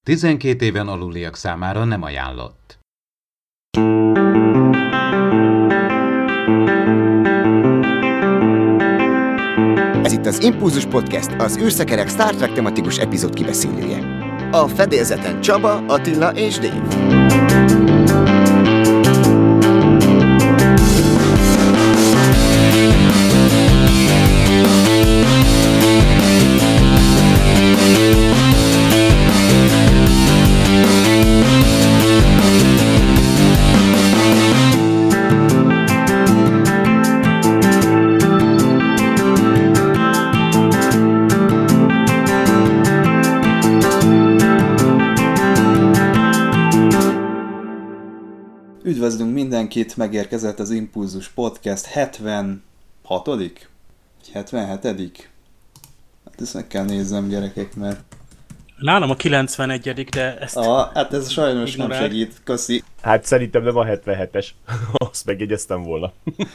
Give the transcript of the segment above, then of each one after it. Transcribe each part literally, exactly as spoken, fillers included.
tizenkét éven aluliak számára nem ajánlott. Ez itt az Impulzus Podcast, az űrszekerek Star Trek tematikus epizód kibeszélője. A fedélzeten Csaba, Attila és Dave. Üdvözlünk mindenkit, megérkezett az Impulzus Podcast hetvenhatodik hetvenhetedik Hát ezt meg kell nézzem, gyerekek, mert... Nálam a kilencvenegyedik de ezt... Ah, hát ez sajnos ignorál. nem segít, köszi. Hát szerintem nem a hetvenhetes, azt megjegyeztem volna.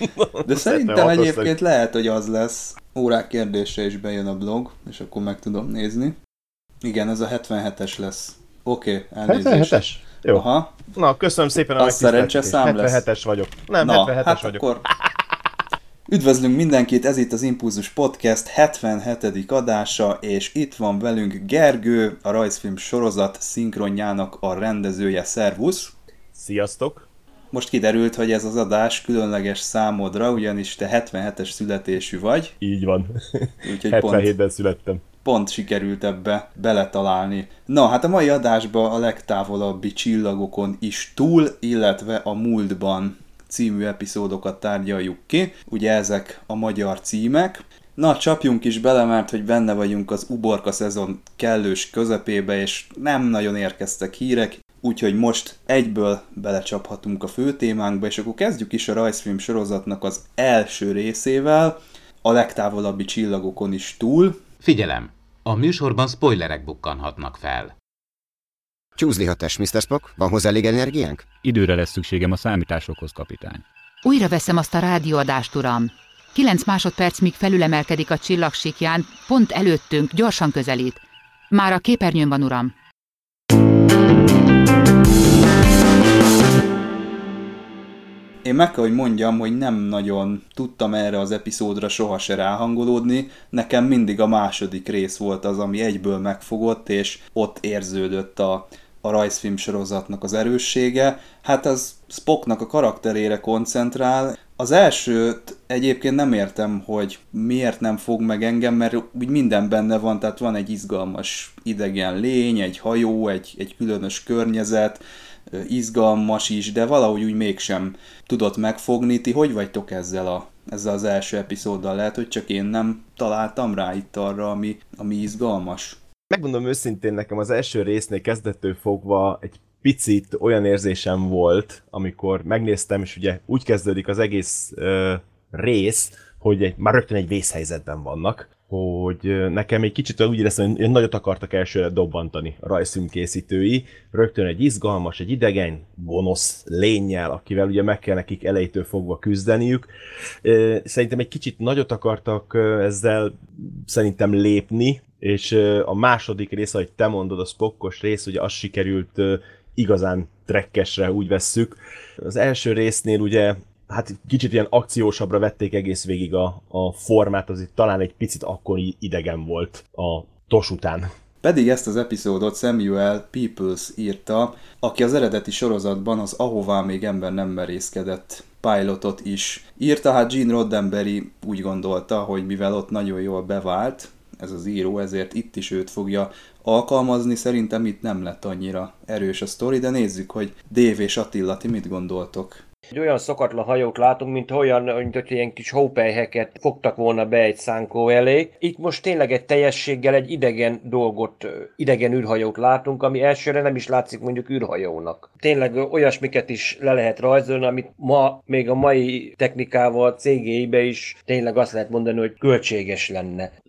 De szerintem egyébként lehet, hogy az lesz. Órák kérdése is bejön a blog, és akkor meg tudom nézni. Igen, ez a hetvenhetes lesz. Oké, okay, elnézést. hetvenhetes? Jó. Aha. Na, köszönöm szépen a Az szerencse szám lesz. hetvenhetes vagyok. Nem, Na, hetvenhetes hát vagyok. Akkor... Üdvözlünk mindenkit, ez itt az Impulzus Podcast hetvenhetedik adása, és itt van velünk Gergő, a rajzfilm sorozat szinkronjának a rendezője. Szervusz! Sziasztok! Most kiderült, hogy ez az adás különleges számodra, ugyanis te hetvenhetes születésű vagy. Így van. Úgyhogy hetvenhétben pont, születtem. pont sikerült ebbe beletalálni. Na, hát a mai adásban a legtávolabbi csillagokon is túl, illetve a múltban című epizódokat tárgyaljuk ki. Ugye ezek a magyar címek. Na, csapjunk is bele, mert hogy benne vagyunk az uborka szezon kellős közepébe, és nem nagyon érkeztek hírek, úgyhogy most egyből belecsaphatunk a fő témánkba, és akkor kezdjük is a rajzfilm sorozatnak az első részével, a legtávolabbi csillagokon is túl. Figyelem! A műsorban spoilerek bukkanhatnak fel. Csúszlihatás, miszter Spock, van hozzá elég energiánk? Időre lesz szükségem a számításokhoz, kapitány. Újra veszem azt a rádióadást, uram. Kilenc másodperc, míg felülemelkedik a csillagsíkján, pont előttünk, gyorsan közelít. Már a képernyőn van, uram. Én meg kell, hogy mondjam, hogy nem nagyon tudtam erre az epizódra soha se ráhangolódni. Nekem mindig a második rész volt az, ami egyből megfogott, és ott érződött a, a rajzfilm sorozatnak az erőssége. Hát az Spocknak a karakterére koncentrál. Az elsőt egyébként nem értem, hogy miért nem fog meg engem, mert úgy minden benne van, tehát van egy izgalmas idegen lény, egy hajó, egy, egy különös környezet, izgalmas is, de valahogy úgy mégsem tudott megfogni. Ti hogy vagytok ezzel, a, ezzel az első epizóddal? Lehet, hogy csak én nem találtam rá itt arra, ami, ami izgalmas. Megmondom őszintén, nekem az első résznél kezdettől fogva egy picit olyan érzésem volt, amikor megnéztem, és ugye úgy kezdődik az egész uh, rész, hogy egy, már rögtön egy vészhelyzetben vannak, hogy nekem egy kicsit úgy éreztem, hogy nagyot akartak elsőre dobbantani a rajzfilm készítői. Rögtön egy izgalmas, egy idegen, gonosz lénnyel, akivel ugye meg kell nekik elejétől fogva küzdeniük. Szerintem egy kicsit nagyot akartak ezzel szerintem lépni, és a második rész, ahogy te mondod, a Spockos rész, ugye az sikerült igazán trekkesre, úgy vesszük. Az első résznél ugye hát kicsit ilyen akciósabbra vették egész végig a, a formát, az itt talán egy picit akkor idegen volt a TOS után. Pedig ezt az epizódot Samuel Peoples írta, aki az eredeti sorozatban az Ahová még ember nem merészkedett pilotot is írta. Hát Gene Roddenberry úgy gondolta, hogy mivel ott nagyon jól bevált ez az író, ezért itt is őt fogja alkalmazni. Szerintem itt nem lett annyira erős a sztori, de nézzük, hogy Dave és Attila, ti mit gondoltok? Egy olyan szokatlan hajót látunk, mint olyan, mint hogy ilyen kis hópelyheket fogtak volna be egy szánkó elé. Itt most tényleg egy teljességgel egy idegen dolgot, idegen űrhajót látunk, ami elsőre nem is látszik mondjuk űrhajónak. Tényleg olyasmiket is le lehet rajzolni, amit ma még a mai technikával, cé gé í-be is tényleg azt lehet mondani, hogy költséges lenne.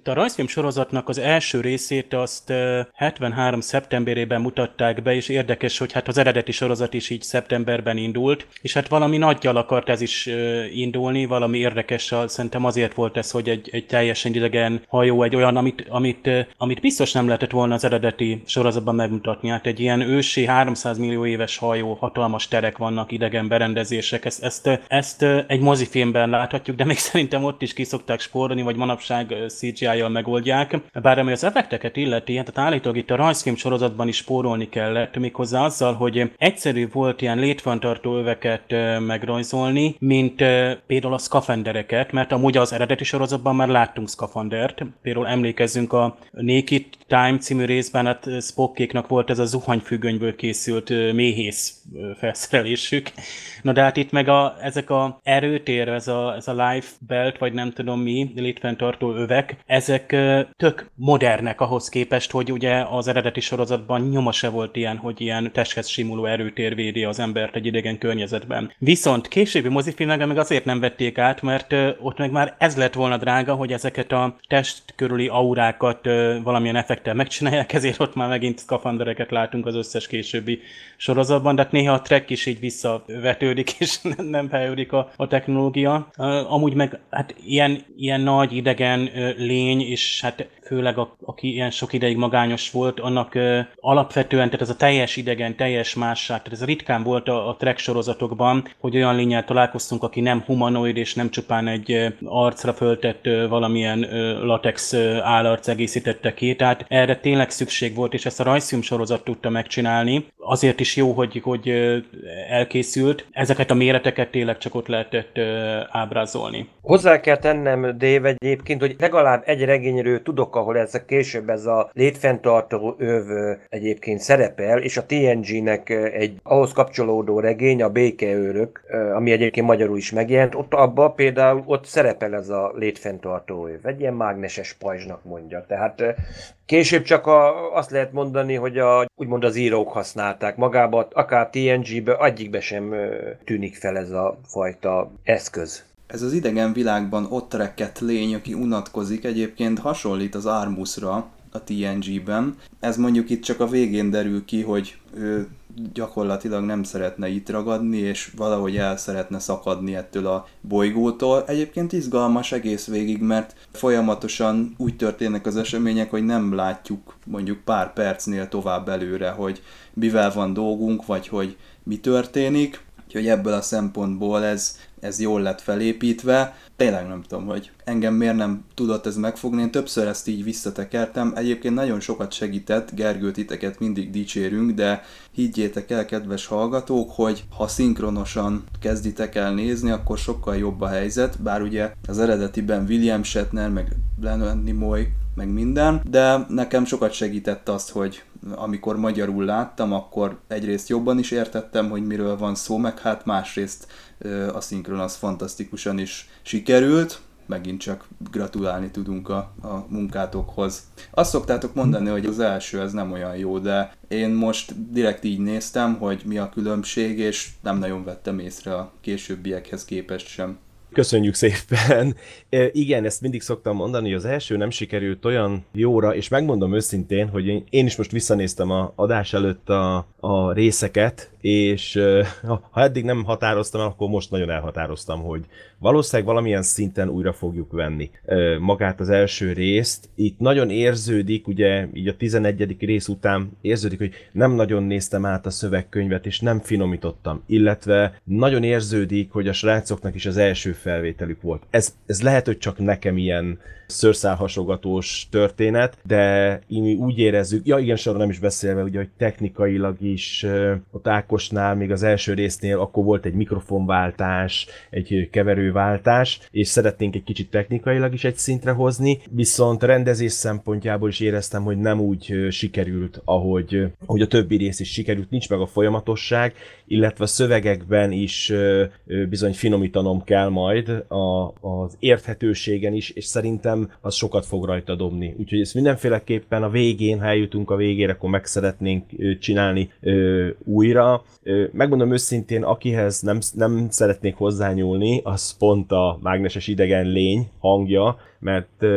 A rajzfilm sorozatnak az első részét azt hetvenhárom szeptemberében mutatták be, és érdekes, hogy hát az eredeti sorozat is így szeptemberben indult, és hát valami nagyjal akart ez is indulni, valami érdekessel, szerintem azért volt ez, hogy egy, egy teljesen idegen hajó, egy olyan, amit, amit, amit biztos nem lehetett volna az eredeti sorozatban megmutatni. Hát egy ilyen ősi háromszáz millió éves hajó, hatalmas terek vannak, idegen berendezések, ezt, ezt, ezt egy mozifilmben láthatjuk, de még szerintem ott is ki szokták spórolni, vagy manapság cé gé í-jal megoldják. Bár ami az effekteket illeti, hát állítólag itt a rajzfilm sorozatban is spórolni kellett, méghozzá azzal, hogy egyszerű volt ilyen létfenntartó öveket megrajzolni, mint például a szkafandereket, mert amúgy az eredeti sorozatban már láttunk szkafandert. Például emlékezzünk a Naked Time című részben, hát Spockéknak volt ez a zuhanyfüggönyből készült méhész felszerelésük. Na de hát itt meg a, ezek a erőtér, ez a, ez a life belt, vagy nem tudom mi, létfenntartó övek, ezek tök modernek ahhoz képest, hogy ugye az eredeti sorozatban nyoma se volt ilyen, hogy ilyen testhez simuló erőtér védi az embert egy idegen környezetben. Viszont későbbi mozifilmekben meg azért nem vették át, mert ott meg már ez lett volna drága, hogy ezeket a test körüli aurákat valamilyen effektel megcsinálják, ezért ott már megint szkafandereket látunk az összes későbbi sorozatban, de hát néha a Trek is így visszavetődik, és nem fejlődik a, a technológia. Amúgy meg hát ilyen, ilyen nagy idegen lény, és hát főleg a, aki ilyen sok ideig magányos volt, annak ö, alapvetően, tehát ez a teljes idegen, teljes másság, tehát ez ritkán volt a, a Trek sorozatokban, hogy olyan lényel találkoztunk, aki nem humanoid, és nem csupán egy ö, arcra föltett ö, valamilyen ö, latex ö, állarc egészítette ki, tehát erre tényleg szükség volt, és ezt a rajzfilm sorozat tudta megcsinálni. Azért is jó, hogy, hogy ö, elkészült. Ezeket a méreteket tényleg csak ott lehetett ö, ábrázolni. Hozzá kell tennem, Dave, egyébként, hogy legalább egy regényről tudok, ahol ezek később ez a létfenntartó öv egyébként szerepel, és a té en gé-nek egy ahhoz kapcsolódó regény, a Békeőrök, ami egyébként magyarul is megjelent, ott abban például ott szerepel ez a létfenntartó öv. Egy ilyen mágneses pajzsnak mondja. Tehát később csak a, azt lehet mondani, hogy a, úgymond az írók használták magába, akár té en gé-be, egyikbe sem tűnik fel ez a fajta eszköz. Ez az idegen világban ott rekedt lény, aki unatkozik, egyébként hasonlít az Armusra a té en gé-ben. Ez mondjuk itt csak a végén derül ki, hogy ő gyakorlatilag nem szeretne itt ragadni, és valahogy el szeretne szakadni ettől a bolygótól. Egyébként izgalmas egész végig, mert folyamatosan úgy történnek az események, hogy nem látjuk mondjuk pár percnél tovább előre, hogy mivel van dolgunk, vagy hogy mi történik. Úgyhogy ebből a szempontból ez, ez jól lett felépítve. Tényleg nem tudom, hogy engem miért nem tudott ez megfogni. Én többször ezt így visszatekertem. Egyébként nagyon sokat segített, Gergő, titeket mindig dicsérünk, de higgyétek el, kedves hallgatók, hogy ha szinkronosan kezditek el nézni, akkor sokkal jobb a helyzet, bár ugye az eredetiben William Shatner, meg Leonard Nimoy, meg minden, de nekem sokat segített azt, hogy amikor magyarul láttam, akkor egyrészt jobban is értettem, hogy miről van szó, meg hát másrészt a szinkron az fantasztikusan is sikerült. Megint csak gratulálni tudunk a, a munkátokhoz. Azt szoktátok mondani, hogy az első ez nem olyan jó, de én most direkt így néztem, hogy mi a különbség, és nem nagyon vettem észre a későbbiekhez képest sem. Köszönjük szépen! E, igen, ezt mindig szoktam mondani, hogy az első nem sikerült olyan jóra, és megmondom őszintén, hogy én, én is most visszanéztem a adás előtt a, a részeket, és e, ha eddig nem határoztam el, akkor most nagyon elhatároztam, hogy valószínűleg valamilyen szinten újra fogjuk venni e, magát az első részt. Itt nagyon érződik, ugye így a tizenegyedik rész után érződik, hogy nem nagyon néztem át a szövegkönyvet, és nem finomítottam, illetve nagyon érződik, hogy a srácoknak is az első felvételük volt. Ez, ez lehet, hogy csak nekem ilyen szőrszálhasogatós történet, de mi úgy érezzük, ja igen, sorra nem is beszélve, ugye, hogy technikailag is ott Ákosnál, még az első résznél akkor volt egy mikrofonváltás, egy keverőváltás, és szeretnénk egy kicsit technikailag is egy szintre hozni, viszont rendezés szempontjából is éreztem, hogy nem úgy sikerült, ahogy, ahogy a többi rész is sikerült, nincs meg a folyamatosság, illetve a szövegekben is bizony finomítanom kell majd a, az érthetőségen is, és szerintem az sokat fog rajta dobni. Úgyhogy ezt mindenféleképpen a végén, ha eljutunk a végére, akkor meg szeretnénk csinálni ö, újra. Ö, megmondom őszintén, akihez nem, nem szeretnék hozzányúlni, az pont a mágneses idegen lény hangja, mert ö,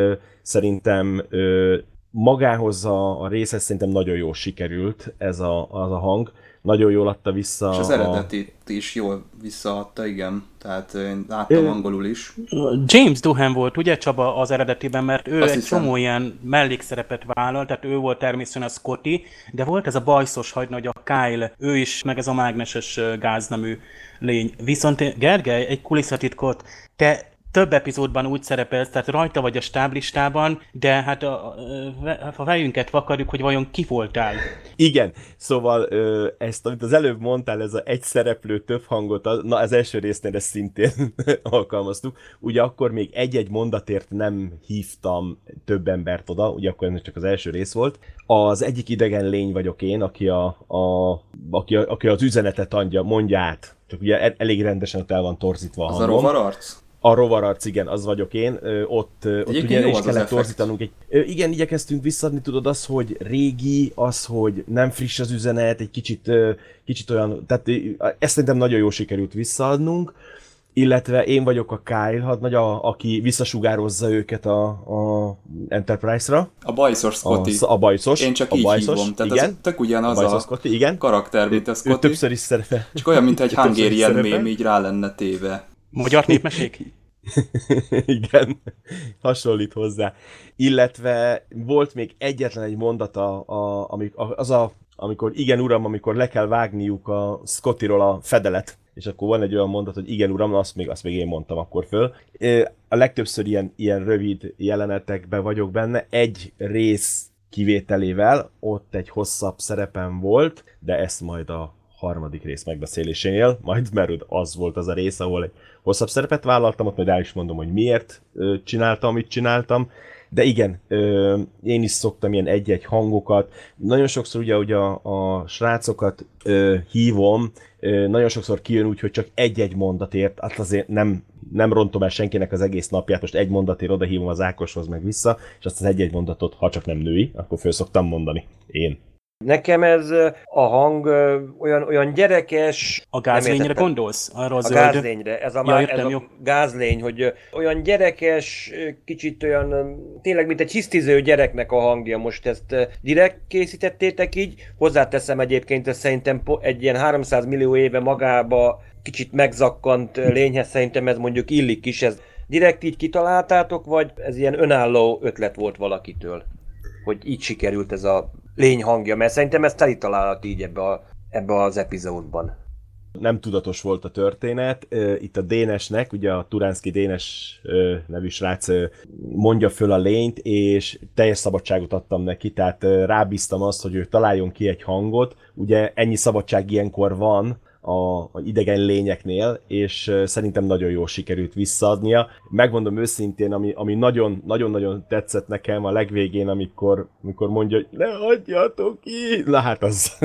szerintem ö, magához a, a részhez szerintem nagyon jól sikerült ez a, az a hang. Nagyon jól adta vissza. És az a... eredetit is jól visszaadta, igen. Tehát én láttam Ö... angolul is. James Doohan volt, ugye Csaba, az eredetiben, mert ő Azt egy hiszem. csomó ilyen mellékszerepet vállalt, tehát ő volt természetesen a Scotty, de volt ez a bajszos hagynagy, a Kyle, ő is, meg ez a mágneses gáznemű lény. Viszont Gergely, egy kulisszatitkot, te több epizódban úgy szerepelsz, tehát rajta vagy a stáblistában, de hát a, a, a fejünket vakarjuk, hogy vajon ki voltál. Igen, szóval ö, ezt, amit az előbb mondtál, ez a egy szereplő több hangot, na az első résznél ezt szintén alkalmaztuk. Ugye akkor még egy-egy mondatért nem hívtam több embert oda, ugye akkor ez csak az első rész volt. Az egyik idegen lény vagyok én, aki, a, a, aki, a, aki az üzenetet adja, mondja át. Csak ugye elég rendesen ott el van torzítva a Az hangom. a rovararc? A rovararc, igen, az vagyok én. Ö, ott ott ugye is kellett torzítanunk egy... Ö, igen, igyekeztünk visszaadni, tudod, az, hogy régi, az, hogy nem friss az üzenet, egy kicsit, ö, kicsit olyan... Tehát ezt szerintem nagyon jól sikerült visszaadnunk, illetve én vagyok a Kyle hadnagy, a, aki visszasugározza őket a, a Enterprise-ra. A bajszos Scotty. A, a bajszos. Én csak a így bajszos, hívom. Tehát igen. ez tök ugyanaz a, a, Scotty, igen. karakter, mint a Scotty. Ő többször is szerepel. Csak olyan, mint egy Hungarian szerepel. mém, így rá lenne téve. Magyar népmesék? Igen, hasonlít hozzá. Illetve volt még egyetlen egy mondata, a, amik, az a, amikor igen uram, amikor le kell vágniuk a Scottyról a fedelet, és akkor van egy olyan mondat, hogy igen uram, azt még, azt még én mondtam akkor föl. A legtöbbször ilyen, ilyen rövid jelenetekben vagyok benne, egy rész kivételével, ott egy hosszabb szerepem volt, de ezt majd a harmadik rész megbeszélésénél, majd mert az volt az a rész, ahol egy hosszabb szerepet vállaltam, ott majd el is mondom, hogy miért csináltam, amit csináltam, de igen, én is szoktam ilyen egy-egy hangokat, nagyon sokszor ugye, ugye a, a srácokat hívom, nagyon sokszor kijön úgy, hogy csak egy-egy mondatért, hát azért nem, nem rontom el senkinek az egész napját, most egy mondatért oda hívom az Ákoshoz meg vissza, és azt az egy-egy mondatot, ha csak nem női, akkor föl szoktam mondani, én. Nekem ez a hang olyan, olyan gyerekes... A gázlényre gondolsz? Arra a, a zöld... gázlényre. Ez a, ja, má, értem, ez jó. a gázlény, hogy olyan gyerekes, kicsit olyan, tényleg mint egy hisztiző gyereknek a hangja. Most ezt direkt készítettétek így. Hozzáteszem egyébként, ez szerintem egy ilyen háromszáz millió éve magába kicsit megzakkant lényhez szerintem ez mondjuk illik is. Ez direkt így kitaláltátok, vagy ez ilyen önálló ötlet volt valakitől? Hogy így sikerült ez a lény hangja, mert szerintem ez teli találat így ebbe, a, ebbe az epizódban. Nem tudatos volt a történet. Itt a Dénesnek, ugye a Turánszki Dénes nevű srác mondja föl a lényt, és teljes szabadságot adtam neki, tehát rábíztam azt, hogy ő találjon ki egy hangot. Ugye ennyi szabadság ilyenkor van a, a idegen lényeknél, és szerintem nagyon jól sikerült visszaadnia. Megmondom őszintén, ami, ami nagyon, nagyon-nagyon tetszett nekem a legvégén, amikor, amikor mondja, hogy ne hagyjatok ki! Na hát az.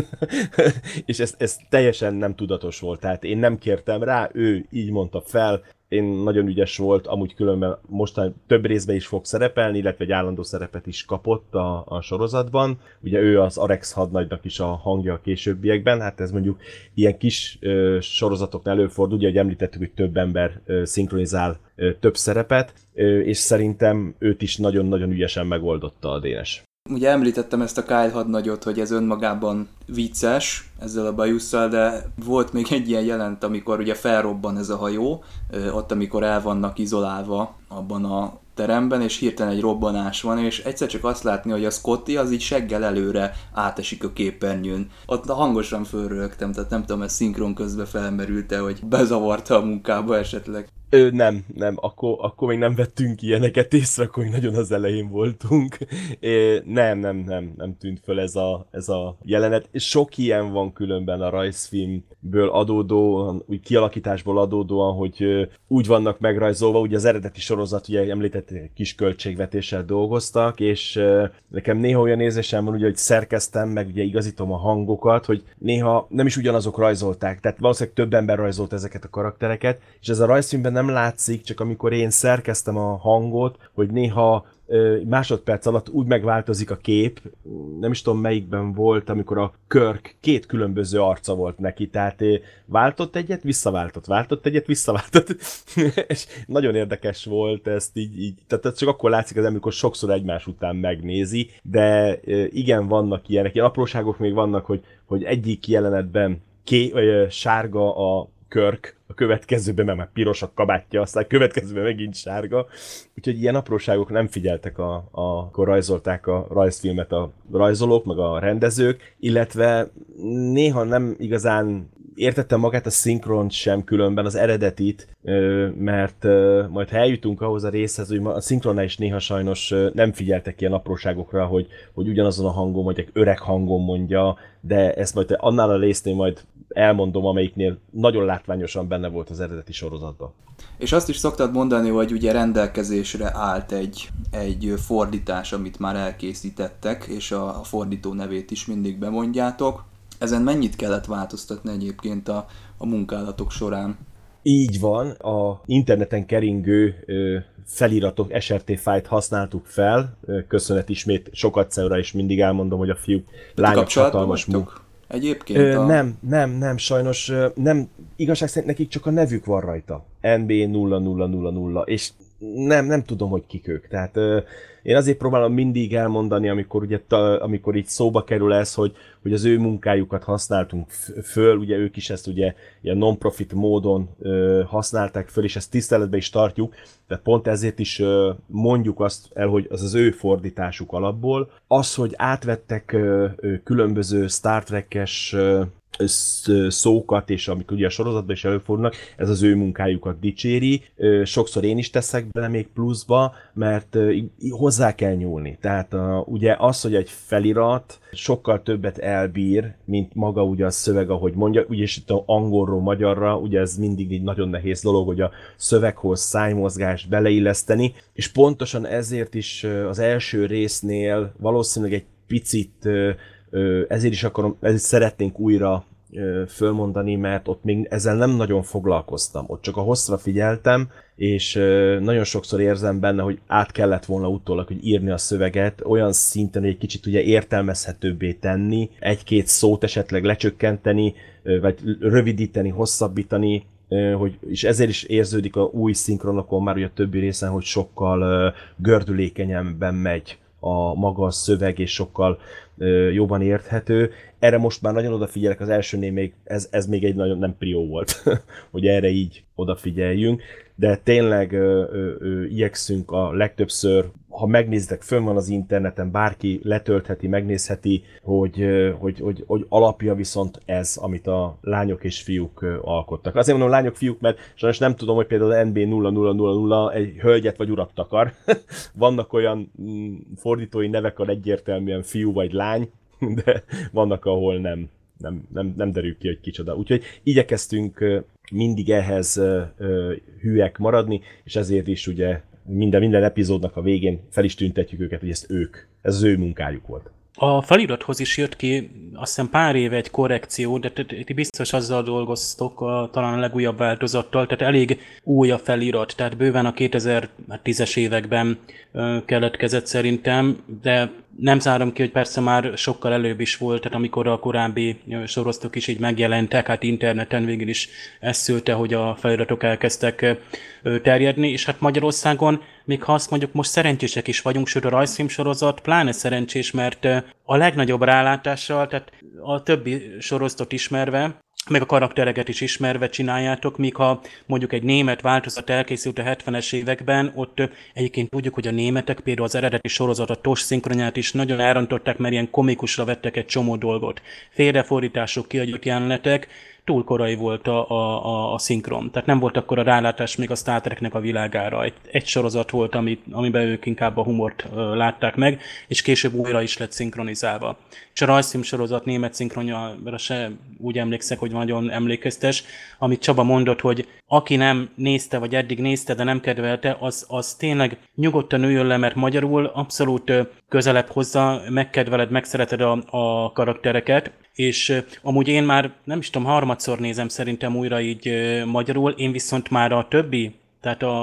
És ez, ez teljesen nem tudatos volt, tehát én nem kértem rá, ő így mondta fel, én nagyon ügyes volt, amúgy különben mostan több részben is fog szerepelni, illetve egy állandó szerepet is kapott a, a sorozatban. Ugye ő az Arex hadnagynak is a hangja a későbbiekben, hát ez mondjuk ilyen kis ö, sorozatoknál előfordul, ugye, hogy említettük, hogy több ember ö, szinkronizál ö, több szerepet, ö, és szerintem őt is nagyon-nagyon ügyesen megoldotta a Dénes. Ugye említettem ezt a Kyle hadnagyot, hogy ez önmagában vicces ezzel a bajusszal, de volt még egy ilyen jelent, amikor ugye felrobban ez a hajó, ott amikor el vannak izolálva abban a teremben, és hirtelen egy robbanás van, és egyszer csak azt látni, hogy a Scotty az így seggel előre átesik a képernyőn. Ott hangosan fölrögtem, tehát nem tudom, ez szinkron közben felmerült-e, hogy bezavarta a munkába esetleg. Ő, nem, nem, akkor, akkor még nem vettünk ilyeneket észre, akkor még nagyon az elején voltunk. É, nem, nem, nem, nem tűnt föl ez a, ez a jelenet. Sok ilyen van különben a rajzfilmből adódóan, úgy kialakításból adódóan, hogy úgy vannak megrajzolva, ugye az eredeti sorozat, ugye említették, kis költségvetéssel dolgoztak, és nekem néha olyan érzésem van, ugye, hogy szerkeztem, meg ugye igazítom a hangokat, hogy néha nem is ugyanazok rajzolták, tehát valószínűleg több ember rajzolt ezeket a karaktereket, és ez a rajzfilmben nem látszik, csak amikor én szerkeztem a hangot, hogy néha másodperc alatt úgy megváltozik a kép, nem is tudom melyikben volt, amikor a Kirk két különböző arca volt neki, tehát váltott egyet, visszaváltott, váltott egyet, visszaváltott, és nagyon érdekes volt ezt így, így, tehát csak akkor látszik az ember, amikor sokszor egymás után megnézi, de igen, vannak ilyenek, ilyen apróságok még vannak, hogy, hogy egyik jelenetben ké, ö, sárga a Kirk, a következőben meg már piros a kabátja, aztán a következőben megint sárga. Úgyhogy ilyen apróságok nem figyeltek, a, a, akkor rajzolták a rajzfilmet a rajzolók, meg a rendezők, illetve néha nem igazán értettem magát a szinkront sem különben, az eredetit, mert majd ha eljutunk ahhoz a részhez, hogy a szinkronnál is néha sajnos nem figyeltek ilyen apróságokra, hogy, hogy ugyanazon a hangon, vagy egy öreg hangon mondja, de ezt majd annál a résznél majd elmondom, amelyiknél nagyon látványosan benne volt az eredeti sorozatban. És azt is szoktad mondani, hogy ugye rendelkezésre állt egy, egy fordítás, amit már elkészítettek, és a, a fordító nevét is mindig bemondjátok. Ezen mennyit kellett változtatni egyébként a, a munkálatok során? Így van, a interneten keringő ö, feliratok, es er té fájlt használtuk fel, köszönet ismét sokat szőre, és mindig elmondom, hogy a fiúk, lányok hatalmas munka. Egyébként Ö, a... Nem, nem, nem, sajnos nem, igazság szerint nekik csak a nevük van rajta. en bé nulla nulla nulla nulla, és nem, nem tudom, hogy kik ők. Tehát ö, én azért próbálom mindig elmondani, amikor, ugye, ta, amikor így szóba kerül ez, hogy, hogy az ő munkájukat használtunk föl, ugye ők is ezt ugye ilyen non-profit módon ö, használták föl, és ezt tiszteletben is tartjuk, tehát pont ezért is ö, mondjuk azt el, hogy az az ő fordításuk alapból. Az, hogy átvettek ö, ö, különböző Star Trek-es ö, szókat, és amik ugye a sorozatban is előfordulnak, ez az ő munkájukat dicséri. Sokszor én is teszek bele még pluszba, mert hozzá kell nyúlni. Tehát ugye az, hogy egy felirat sokkal többet elbír, mint maga ugye a szöveg, ahogy mondja, ugye és itt angolról magyarra, ugye ez mindig egy nagyon nehéz dolog, hogy a szöveghoz szájmozgást beleilleszteni, és pontosan ezért is az első résznél valószínűleg egy picit ezért is akarom, ezért szeretnénk újra fölmondani, mert ott még ezzel nem nagyon foglalkoztam. Ott csak a hosszra figyeltem, és nagyon sokszor érzem benne, hogy át kellett volna utólag, hogy írni a szöveget olyan szinten, hogy egy kicsit ugye értelmezhetőbbé tenni, egy-két szót esetleg lecsökkenteni, vagy rövidíteni, hosszabbítani, hogy, és ezért is érződik a új szinkronokon már ugye a többi részen, hogy sokkal gördülékenyebben megy a maga a szöveg, és sokkal ö, jobban érthető. Erre most már nagyon odafigyelek, az elsőnél még ez, ez még egy nagyon nem prió volt, hogy erre így odafigyeljünk, de tényleg ö, ö, ö, igyekszünk a legtöbbször, ha megnézitek, fönn van az interneten, bárki letöltheti, megnézheti, hogy, ö, hogy, hogy, hogy alapja viszont ez, amit a lányok és fiúk ö, alkottak. Azért mondom lányok, fiúk, mert sajnos nem tudom, hogy például az en bé nulla nulla nulla nulla egy hölgyet vagy urat takar. Vannak olyan mm, fordítói nevek, ahol egyértelműen fiú vagy lány, de vannak, ahol nem, nem, nem, nem derül ki, hogy kicsoda. Úgyhogy igyekeztünk mindig ehhez hűek maradni, és ezért is ugye minden, minden epizódnak a végén fel is tüntetjük őket, hogy ezt ők, ez az ő munkájuk volt. A felirathoz is jött ki azt hiszem pár éve egy korrekció, de ti biztos azzal dolgoztok, a, talán a legújabb változattal, tehát elég új a felirat, tehát bőven a kétezer-tízes években keletkezett szerintem, de nem zárom ki, hogy persze már sokkal előbb is volt, tehát amikor a korábbi sorozatok is így megjelentek, hát interneten végül is ez szülte, hogy a feliratok elkezdtek terjedni, és hát Magyarországon, még ha azt mondjuk most szerencsések is vagyunk, sőt a rajzfilmsorozat pláne szerencsés, mert a legnagyobb rálátással, tehát a többi sorozatot ismerve, meg a karaktereket is ismerve csináljátok, míg ha mondjuk egy német változat elkészült a hetvenes években, ott egyébként tudjuk, hogy a németek például az eredeti sorozat, a TOS szinkronját is nagyon elrontották, mert ilyen komikusra vettek egy csomó dolgot. Félrefordítások, kiadott jelenetek, túl korai volt a, a, a, a szinkron. Tehát nem volt akkor a rálátás még a Star Treknek a világára. Egy, egy sorozat volt, ami, amiben ők inkább a humort ö, látták meg, és később újra is lett szinkronizálva. És a rajzfilm sorozat német szinkronjára se úgy emlékszek, hogy nagyon emlékeztes, amit Csaba mondott, hogy aki nem nézte, vagy eddig nézte, de nem kedvelte, az, az tényleg nyugodtan üljön le, mert magyarul abszolút közelebb hozza, megkedveled, megszereted a, a karaktereket, és uh, amúgy én már nem is tudom, harmadszor nézem szerintem újra így uh, magyarul, én viszont már a többi, tehát a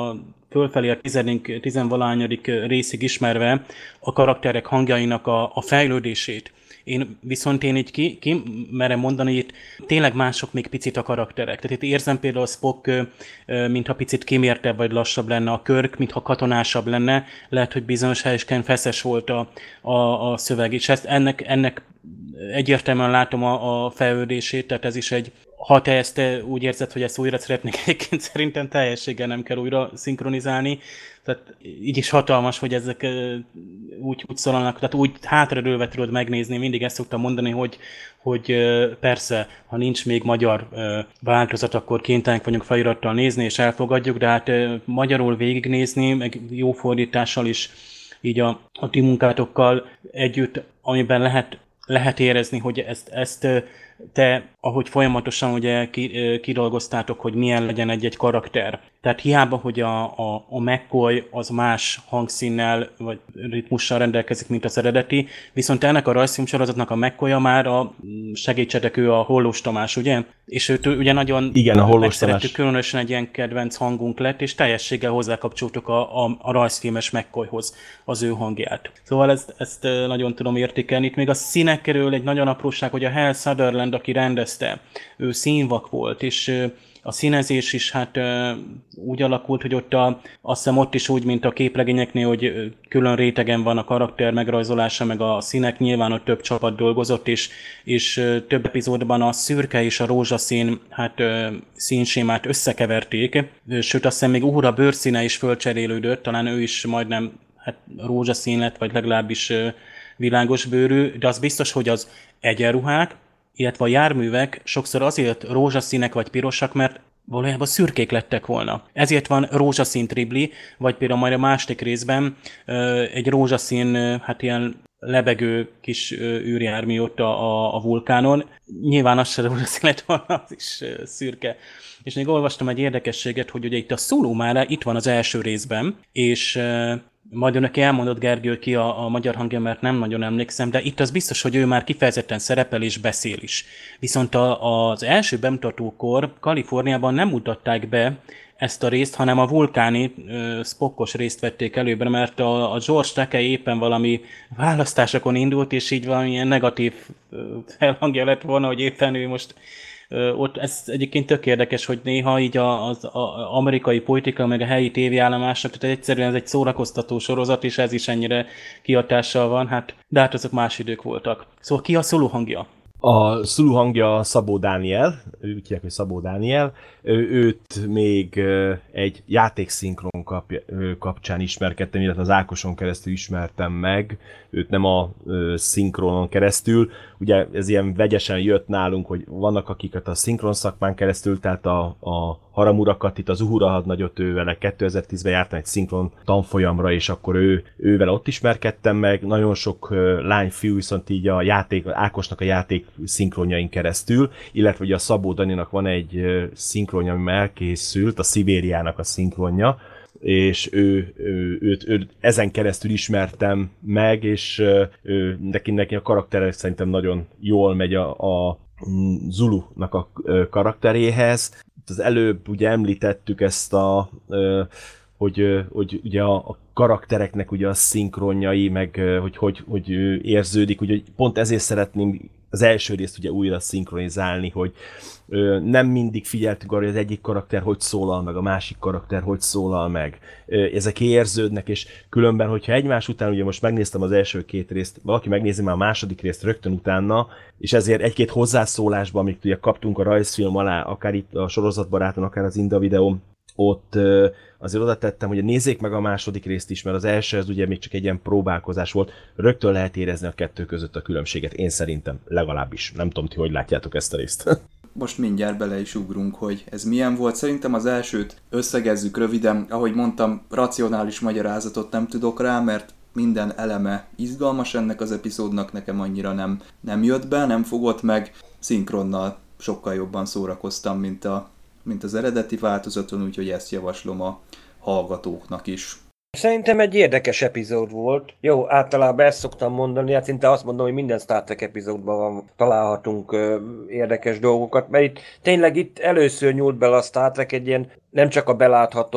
fölfelé a tizedik, tizenvalahányadik részig ismerve a karakterek hangjainak a, a fejlődését. Én viszont én így ki, ki merem mondani, hogy itt tényleg mások még picit a karakterek. Tehát itt érzem például Spock, mintha picit kimértebb vagy lassabb lenne, a Kirk, mintha katonásabb lenne. Lehet, hogy bizonyos helyeken feszes volt a, a, a szöveg, és ezt, ennek, ennek egyértelműen látom a, a fejlődését, tehát ez is egy, ha te ezt úgy érzed, hogy ezt újra szeretnék, egyébként szerintem teljességgel nem kell újra szinkronizálni. Tehát így is hatalmas, hogy ezek úgy, úgy szólalnak, tehát úgy hátradőlve tudod megnézni, mindig ezt szoktam mondani, hogy, hogy persze, ha nincs még magyar változat, akkor kénytelenek vagyunk felirattal nézni, és elfogadjuk, de hát magyarul végignézni, meg jó fordítással is, így a, a ti munkátokkal együtt, amiben lehet, lehet érezni, hogy ezt, ezt te, ahogy folyamatosan ugye kidolgoztátok, hogy milyen legyen egy-egy karakter. Tehát hiába, hogy a, a, a McCoy az más hangszínnel vagy ritmussal rendelkezik, mint az eredeti, viszont ennek a rajzfilmsorozatnak a McCoy-a már a segítsetek, ő a Hollós Tamás, ugye? És őt ugye nagyon igen, a Hollós Tamás. Különösen egy ilyen kedvenc hangunk lett, és teljességgel hozzákapcsoltuk a, a, a rajzfilmes McCoyhoz az ő hangját. Szóval ezt, ezt nagyon tudom értékelni. Itt még a színekről egy nagyon apróság, hogy a Hal Sutherland, aki rendezte, ő színvak volt, és a színezés is hát úgy alakult, hogy ott a, azt hiszem ott is úgy, mint a képregényeknél, hogy külön rétegen van a karakter megrajzolása, meg a színek, nyilván ott több csapat dolgozott, és, és több epizódban a szürke és a rózsaszín hát, színsémát összekeverték, sőt azt hiszem még Uhura bőrszíne is fölcserélődött, talán ő is majdnem hát, rózsaszín lett, vagy legalábbis világos bőrű, de az biztos, hogy az egyenruhák, illetve a járművek sokszor azért rózsaszínek vagy pirosak, mert valójában szürkék lettek volna. Ezért van rózsaszín tribli, vagy például majd a második részben egy rózsaszín, hát ilyen lebegő kis űrjármű ott a, a, a vulkánon. Nyilván az se rózsaszín lett volna, az is szürke. És még olvastam egy érdekességet, hogy ugye itt a Sulu már itt van az első részben, és majd önök elmondott, Gergő, ki a, a magyar hangja, mert nem nagyon emlékszem, de itt az biztos, hogy ő már kifejezetten szerepel és beszél is. Viszont a, az első bemutatókor Kaliforniában nem mutatták be ezt a részt, hanem a vulkáni uh, Spockos részt vették előbre, mert a, a George Takei éppen valami választásokon indult, és így valamilyen negatív uh, elhangja lett volna, hogy éppen ő most uh, ott, ez egyébként tök érdekes, hogy néha így az a amerikai politika, meg a helyi tévéállomások, tehát egyszerűen ez egy szórakoztató sorozat, és ez is ennyire kihatással van, hát, de hát azok más idők voltak. Szóval ki a Sulu hangja? A Sulu hangja Szabó Dániel, úgy hívják, hogy Szabó Dániel. Őt még egy játékszinkron kapcsán ismerkedtem, illetve az Ákoson keresztül ismertem meg, őt nem a szinkronon keresztül. Ugye ez ilyen vegyesen jött nálunk, hogy vannak akiket a szinkron szakmán keresztül, tehát a, a Haramurakat, itt az Uhura hadnagyot ő vele kétezer-tízben jártam egy szinkron tanfolyamra, és akkor ő, ővel ott ismerkedtem meg, nagyon sok lány-fiú viszont így a játék, Ákosnak a játék szinkronjain keresztül, illetve ugye a Szabó Daninak van egy szinkronja, ami elkészült, a Szibériának a szinkronja, és ő, ő, őt, őt ezen keresztül ismertem meg, és ő, neki, neki a karakterek szerintem nagyon jól megy a, a Zulunak a karakteréhez. Az előbb ugye említettük ezt a, hogy, hogy ugye a karaktereknek ugye a szinkronjai, meg hogy, hogy, hogy érződik, ugye pont ezért szeretném az első részt ugye újra szinkronizálni, hogy nem mindig figyeltünk arra, hogy az egyik karakter hogy szólal meg, a másik karakter hogy szólal meg. Ezek érződnek, és különben, hogyha egymás után, ugye most megnéztem az első két részt, valaki megnézi már a második részt rögtön utána, és ezért egy-két hozzászólásban, amit ugye kaptunk a rajzfilm alá, akár itt a sorozatbaráton, akár az Inda videón, ott azért oda tettem, hogy nézzék meg a második részt is, mert az első az ugye még csak egy ilyen próbálkozás volt. Rögtön lehet érezni a kettő között a különbséget, én szerintem legalábbis. Nem tudom, ti hogy látjátok ezt a részt. Most mindjárt bele is ugrunk, hogy ez milyen volt. Szerintem az elsőt összegezzük röviden. Ahogy mondtam, racionális magyarázatot nem tudok rá, mert minden eleme izgalmas ennek az epizódnak, nekem annyira nem, nem jött be, nem fogott meg. Szinkronnal sokkal jobban szórakoztam, mint a mint az eredeti változaton, úgyhogy ezt javaslom a hallgatóknak is. Szerintem egy érdekes epizód volt. Jó, általában ezt szoktam mondani, hát szinte azt mondom, hogy minden Star Trek epizódban van, találhatunk ö, érdekes dolgokat, mert itt tényleg itt először nyúlt bele a Star Trek egy ilyen nem csak a belátható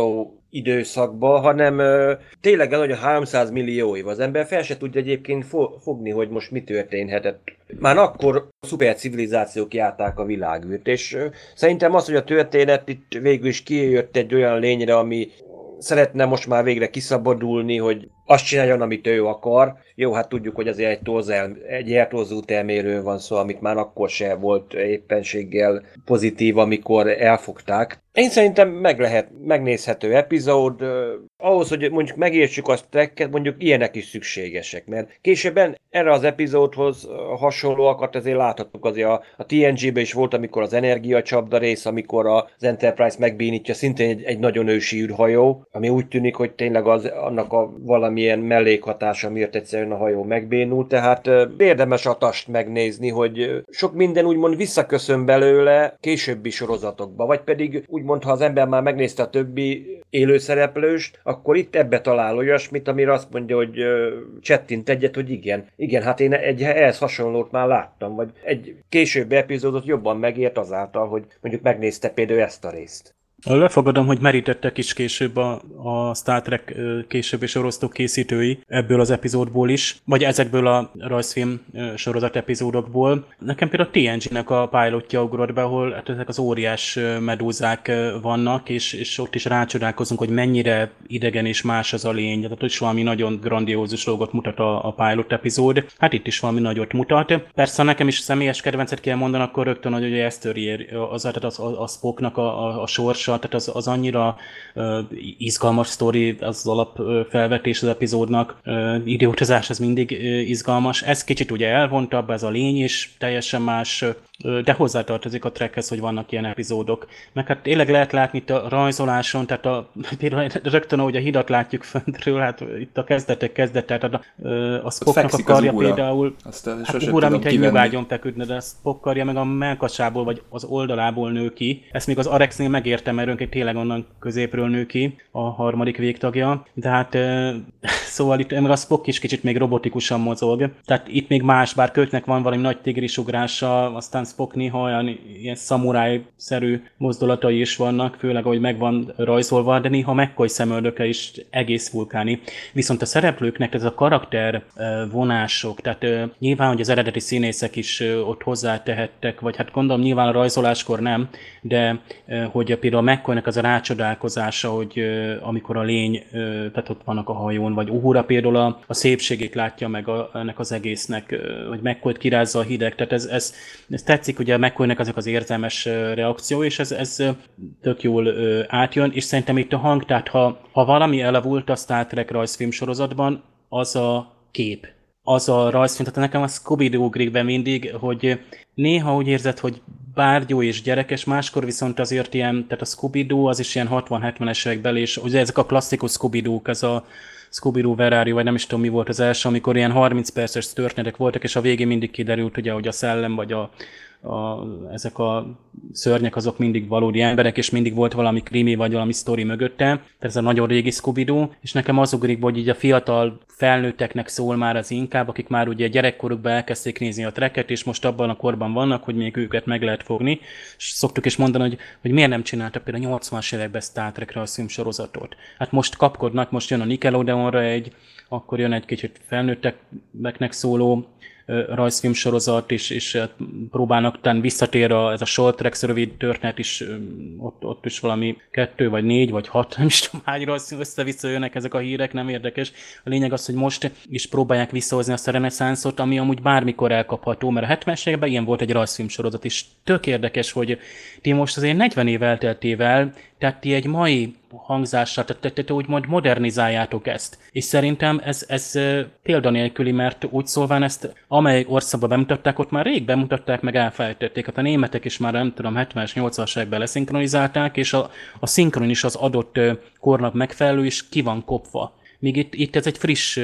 időszakba, hanem ö, tényleg olyan háromszáz millió év. Az ember fel se tudja egyébként fo- fogni, hogy most mi történhetett. Már akkor szuper civilizációk járták a világűrt, és ö, szerintem az, hogy a történet itt végül is kijött egy olyan lényre, ami szeretne most már végre kiszabadulni, hogy azt csináljon, amit ő akar. Jó, hát tudjuk, hogy azért egy, torzel, egy eltorzult terméről van szó, amit már akkor se volt éppenséggel pozitív, amikor elfogták. Én szerintem meg lehet, megnézhető epizód. Ahhoz, hogy mondjuk megértsük azt trekket, mondjuk ilyenek is szükségesek, mert későbben erre az epizódhoz hasonlóakat azért láthattuk, azért a, a té en gé-ben is volt, amikor az energiacsapda rész, amikor az Enterprise megbénítja szintén egy, egy nagyon ősi űrhajó, ami úgy tűnik, hogy tényleg az, annak a valamilyen mellékhatása miért egyszerűen a hajó megbénult, tehát euh, érdemes a tast megnézni, hogy sok minden úgymond visszaköszön belőle későbbi sorozatokba, vagy pedig úgymond, ha az ember már megnézte a többi élőszereplőst, akkor itt ebbe talál olyasmit, amire azt mondja, hogy euh, csettint egyet, hogy igen. Igen, hát én egy ehhez hasonlót már láttam, vagy egy későbbi epizódot jobban megért azáltal, hogy mondjuk megnézte például ezt a részt. Lefogadom, hogy merítettek is később a, a Star Trek későbbi sorozatok készítői ebből az epizódból is, vagy ezekből a rajzfilm sorozat epizódokból. Nekem például a té en gé-nek a pilotja ugrott be, ahol hát ezek az óriás medúzák vannak, és, és ott is rácsodálkozunk, hogy mennyire idegen és más az a lény. Tehát ott is valami nagyon grandiózus dolgot mutat a, a pilot epizód. Hát itt is valami nagyot mutat. Persze nekem is személyes kedvencet kell mondani, akkor rögtön, hogy ugye Esztörier, az, az, az, a Spocknak a, a, a sorsa, tehát az, az annyira uh, izgalmas sztori, az alap uh, felvetés az epizódnak, uh, időutazás az mindig uh, izgalmas. Ez kicsit ugye elvontabb, ez a lény is teljesen más, uh, de hozzátartozik a Trekhez, hogy vannak ilyen epizódok. Meg hát tényleg lehet látni itt a rajzoláson, tehát a, például rögtön, ahogy a hidat látjuk föntről, hát itt a kezdetek kezdete, tehát a, uh, a Spocknak a karja például, hát uhura, mint egy nyugágyon feküdne, de a Spock karja meg a mellkasából vagy az oldalából nő ki. Ezt még az Arexnél megértem, mert önként tényleg onnan középről nő ki a harmadik végtagja, de hát e, szóval itt meg a Spock is kicsit még robotikusan mozog, tehát itt még más, bár Kirknek van valami nagy tigrisugrása, aztán Spock néha olyan ilyen szamuráj-szerű mozdulatai is vannak, főleg ahogy meg van rajzolva, de néha McCoy szemöldöke is egész vulkáni. Viszont a szereplőknek ez a karakter e, vonások, tehát e, nyilván, hogy az eredeti színészek is e, ott hozzátehettek, vagy hát gondolom nyilván a rajzoláskor nem, de e, hogy például a McCoynak az a rácsodálkozása, hogy uh, amikor a lény, uh, tehát ott vannak a hajón, vagy Uhura például a, a szépségét látja meg a, ennek az egésznek, uh, hogy McCoyt kirázza a hideg, tehát ez, ez, ez tetszik, ugye a McCoynak azok az érzelmes uh, reakció, és ez, ez uh, tök jól uh, átjön, és szerintem itt a hang, tehát ha, ha valami elavult a Star Trek rajzfilm sorozatban, az a kép. Az a rajzfilm, tehát nekem a Scooby-Doo ugrik be mindig, hogy néha úgy érzed, hogy bárgyó és gyerekes, máskor viszont azért ilyen, tehát a Scooby-Doo az is ilyen hatvan-hetvenes években, és ugye ezek a klasszikus Scooby-Dók, ez a Scooby-Doo Ferrari, vagy nem is tudom mi volt az első, amikor ilyen harminc perces történetek voltak, és a végén mindig kiderült, ugye, hogy a szellem, vagy a, a, ezek a szörnyek azok mindig valódi emberek, és mindig volt valami krimi, vagy valami sztori mögötte. Tehát ez a nagyon régi Scooby-Doo, és nekem az ugrik, hogy így a fiatal felnőtteknek szól már az inkább, akik már ugye gyerekkorukban elkezdték nézni a Treket, és most abban a korban vannak, hogy még őket meg lehet fogni. És szoktuk is mondani, hogy, hogy miért nem csináltak például a nyolcvanas években Star Trekre a sorozatot. Hát most kapkodnak, most jön a Nickelodeonra egy, akkor jön egy kicsit felnőtteknek szóló rajzfilm sorozat, és, és próbálnak tán visszatér a, ez a short tracks rövid történet is, ott, ott is valami kettő, vagy négy, vagy hat, nem is tudom, hány rajzfilm össze-vissza jönnek ezek a hírek, nem érdekes. A lényeg az, hogy most is próbálják visszahozni azt a reneszánszot, ami amúgy bármikor elkapható, mert a hetvenes években ilyen volt egy rajzfilm sorozat, és tök érdekes, hogy ti most azért negyven év elteltével, tehát ti egy mai hangzással, tehát te, te úgymond modernizáljátok ezt. És szerintem ez, ez példanélküli, mert úgy szólván ezt, amely országban bemutatták, ott már rég bemutatták, meg elfelejtették. Hát a németek is már nem tudom, hetvenes, nyolcvanas években leszinkronizálták, és a, a szinkron is az adott kornak megfelelő, és ki van kopva. Míg itt, itt ez egy friss,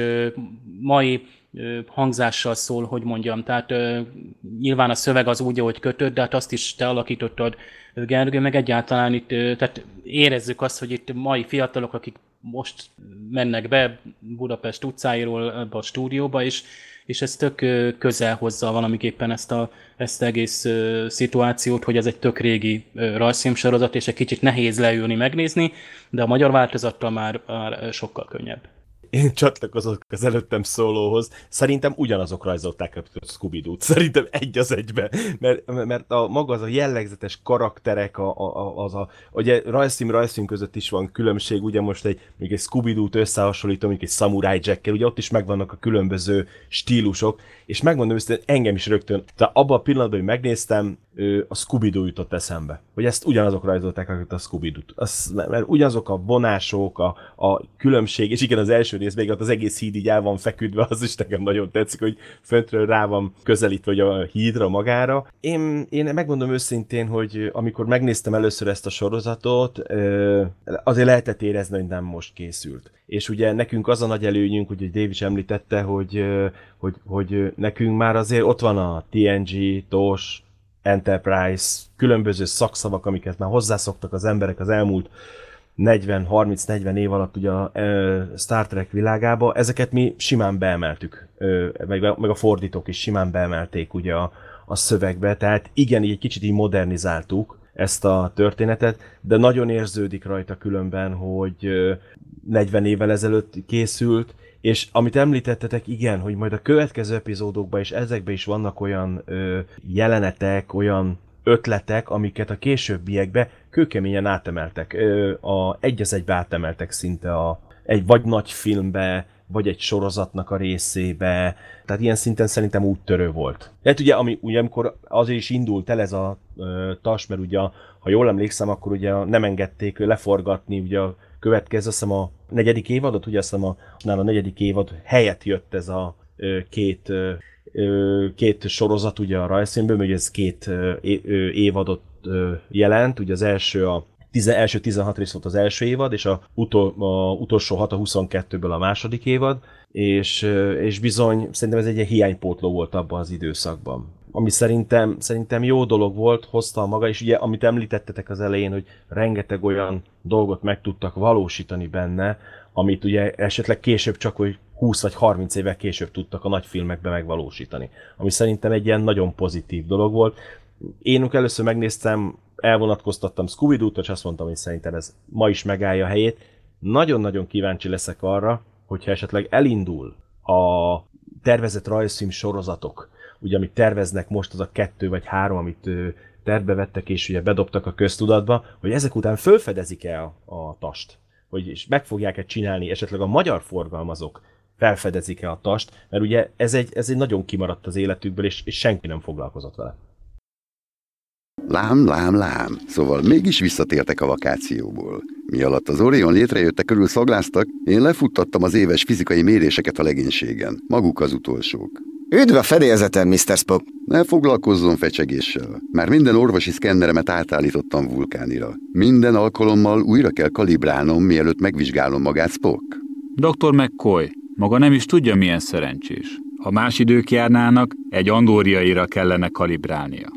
mai hangzással szól, hogy mondjam. Tehát uh, nyilván a szöveg az úgy, ahogy kötött, de hát azt is te alakítottad, Gergő, meg egyáltalán itt, uh, tehát érezzük azt, hogy itt mai fiatalok, akik most mennek be Budapest utcáiról ebbe a stúdióba, és és ez tök közel hozza valamiképpen ezt a ezt az egész uh, szituációt, hogy ez egy tök régi uh, rajzfilmsorozat, és egy kicsit nehéz leülni, megnézni, de a magyar változattal már, már sokkal könnyebb. Én csatlakozok az előttem szólóhoz. Szerintem ugyanazok rajzolták a Scooby-Doo-t. Szerintem egy az egybe. Mert, mert a, maga az a jellegzetes karakterek, a, a, az a, ugye rajzfilm, rajzfilm között is van különbség, ugye most egy, még egy Scooby-Doo-t összehasonlítom, mondjuk egy Samurai Jack-kel, ugye ott is megvannak a különböző stílusok, és megmondom őszintén, engem is rögtön, tehát abban a pillanatban, hogy megnéztem, a Scooby-Doo jutott eszembe. Hogy ezt ugyanazok rajzolták, akik a Scooby-Doo-t. Az, mert ugyanazok a vonások, a, a különbség, és igen, az első rész még az egész híd így el van feküdve, az is nekem nagyon tetszik, hogy föntről rá van közelítve hogy a hídra magára. Én, én megmondom őszintén, hogy amikor megnéztem először ezt a sorozatot, azért lehetett érezni, hogy nem most készült. És ugye nekünk az a nagy előnyünk, ugye Dave is említette, hogy, hogy, hogy nekünk már azért ott van a té en gé, TOS, Enterprise, különböző szakszavak, amiket már hozzászoktak az emberek az elmúlt negyven harminc-negyven év alatt ugye a Star Trek világába, ezeket mi simán beemeltük, meg a fordítók is simán beemelték ugye a, a szövegbe, tehát igen, így egy kicsit így modernizáltuk ezt a történetet, de nagyon érződik rajta különben, hogy negyven évvel ezelőtt készült, és amit említettetek, igen, hogy majd a következő epizódokban és ezekben is vannak olyan ö, jelenetek, olyan ötletek, amiket a későbbiekbe kőkeményen átemeltek. Ö, a egy az egybe átemeltek szinte a, egy vagy nagy filmbe, vagy egy sorozatnak a részébe. Tehát ilyen szinten szerintem úttörő volt. Tehát ugye, ami, ugye amikor azért is indult el ez a ö, tas, mert ugye, ha jól emlékszem, akkor ugye nem engedték leforgatni ugye a következő, azt hiszem a negyedik évadot, ugye azt hiszem a, a negyedik évad helyett jött ez a ö, két, ö, két sorozat ugye a rajzfilmből, hogy ez két ö, évadot ö, jelent, ugye az első a tize, első tizenhat rész volt az első évad, és a, utol, a utolsó hat a huszonkettőből a második évad, és, és bizony szerintem ez egy ilyen hiánypótló volt abban az időszakban. Ami szerintem, szerintem jó dolog volt, hozta a maga, és ugye amit említettetek az elején, hogy rengeteg olyan dolgot meg tudtak valósítani benne, amit ugye esetleg később csak, hogy húsz vagy harminc évvel később tudtak a nagy filmekben megvalósítani. Ami szerintem egy ilyen nagyon pozitív dolog volt. Én először megnéztem, elvonatkoztattam Scooby-Doo-t, és azt mondtam, hogy szerintem ez ma is megállja a helyét. Nagyon-nagyon kíváncsi leszek arra, hogyha esetleg elindul a tervezett rajzfilm sorozatok, ugye amit terveznek most, az a kettő vagy három, amit tervbe vettek, és ugye bedobtak a köztudatba, hogy ezek után felfedezik-e a, a tast, hogy és meg fogják-e csinálni, esetleg a magyar forgalmazók felfedezik-e a tast, mert ugye ez egy, ez egy nagyon kimaradt az életükből, és, és senki nem foglalkozott vele. Lám, lám, lám. Szóval mégis visszatértek a vakációból. Mi alatt az Orion létrejötte körül szagláztak, én lefuttattam az éves fizikai méréseket a legénységen. Maguk az utolsók. Üdv a fedélzeten, miszter Spock! Ne foglalkozzon fecsegéssel. Már minden orvosi szkenneremet átállítottam vulkánira. Minden alkalommal újra kell kalibrálnom, mielőtt megvizsgálom magát, Spock. doktor McCoy, maga nem is tudja, milyen szerencsés. Ha más idők járnának, egy andóriaira kellene kalibrálnia.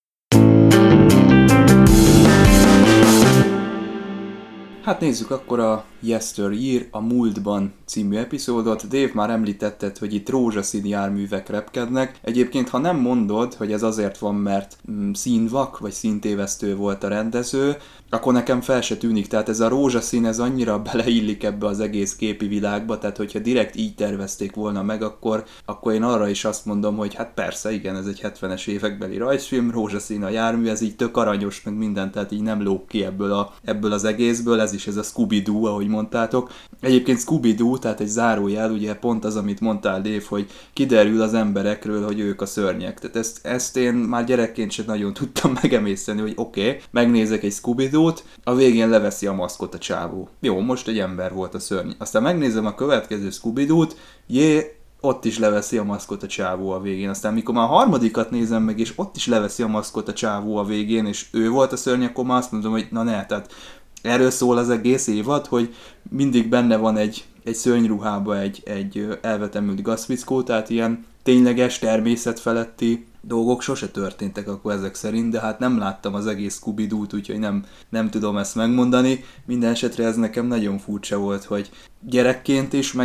Hát nézzük akkor a Yesteryear, a múltban című epizódot. Dave már említetted, hogy itt rózsaszín járművek repkednek. Egyébként, ha nem mondod, hogy ez azért van, mert mm, színvak, vagy színtévesztő volt a rendező, akkor nekem fel se tűnik. Tehát ez a rózsaszín, ez annyira beleillik ebbe az egész képi világba, tehát hogyha direkt így tervezték volna meg, akkor, akkor én arra is azt mondom, hogy hát persze, igen, ez egy hetvenes évekbeli rajzfilm, rózsaszín a jármű, ez így tök aranyos, meg minden, tehát így nem lóg ki ebből, a, ebből az egészből, ez is ez a Scooby-Doo, ahogy mondtátok. Egyébként Scooby-Doo, tehát egy zárójel, ugye pont az, amit mondtál, Dave, hogy kiderül az emberekről, hogy ők a szörnyek. Tehát ezt, ezt én már gyerekként sem nagyon tudtam megemészteni, hogy oké, okay, megnézek egy Scooby-Doo-t, a végén leveszi a maszkot a csávó. Jó, most egy ember volt a szörny. Aztán megnézem a következő Scooby-Doo-t, jé, ott is leveszi a maszkot a csávó a végén. Aztán mikor már a harmadikat nézem meg, és ott is leveszi a maszkot a csávó a végén, és ő volt a szörny, akkor már azt mondom, hogy na ne, tehát erről szól az egész évad, hogy mindig benne van egy, egy szörnyruhába egy, egy elvetemült gazfickó, tehát ilyen tényleges, természetfeletti dolgok sose történtek akkor ezek szerint, de hát nem láttam az egész Scooby-Doo-t, úgyhogy nem, nem tudom ezt megmondani. Minden esetre ez nekem nagyon furcsa volt, hogy gyerekként is, meg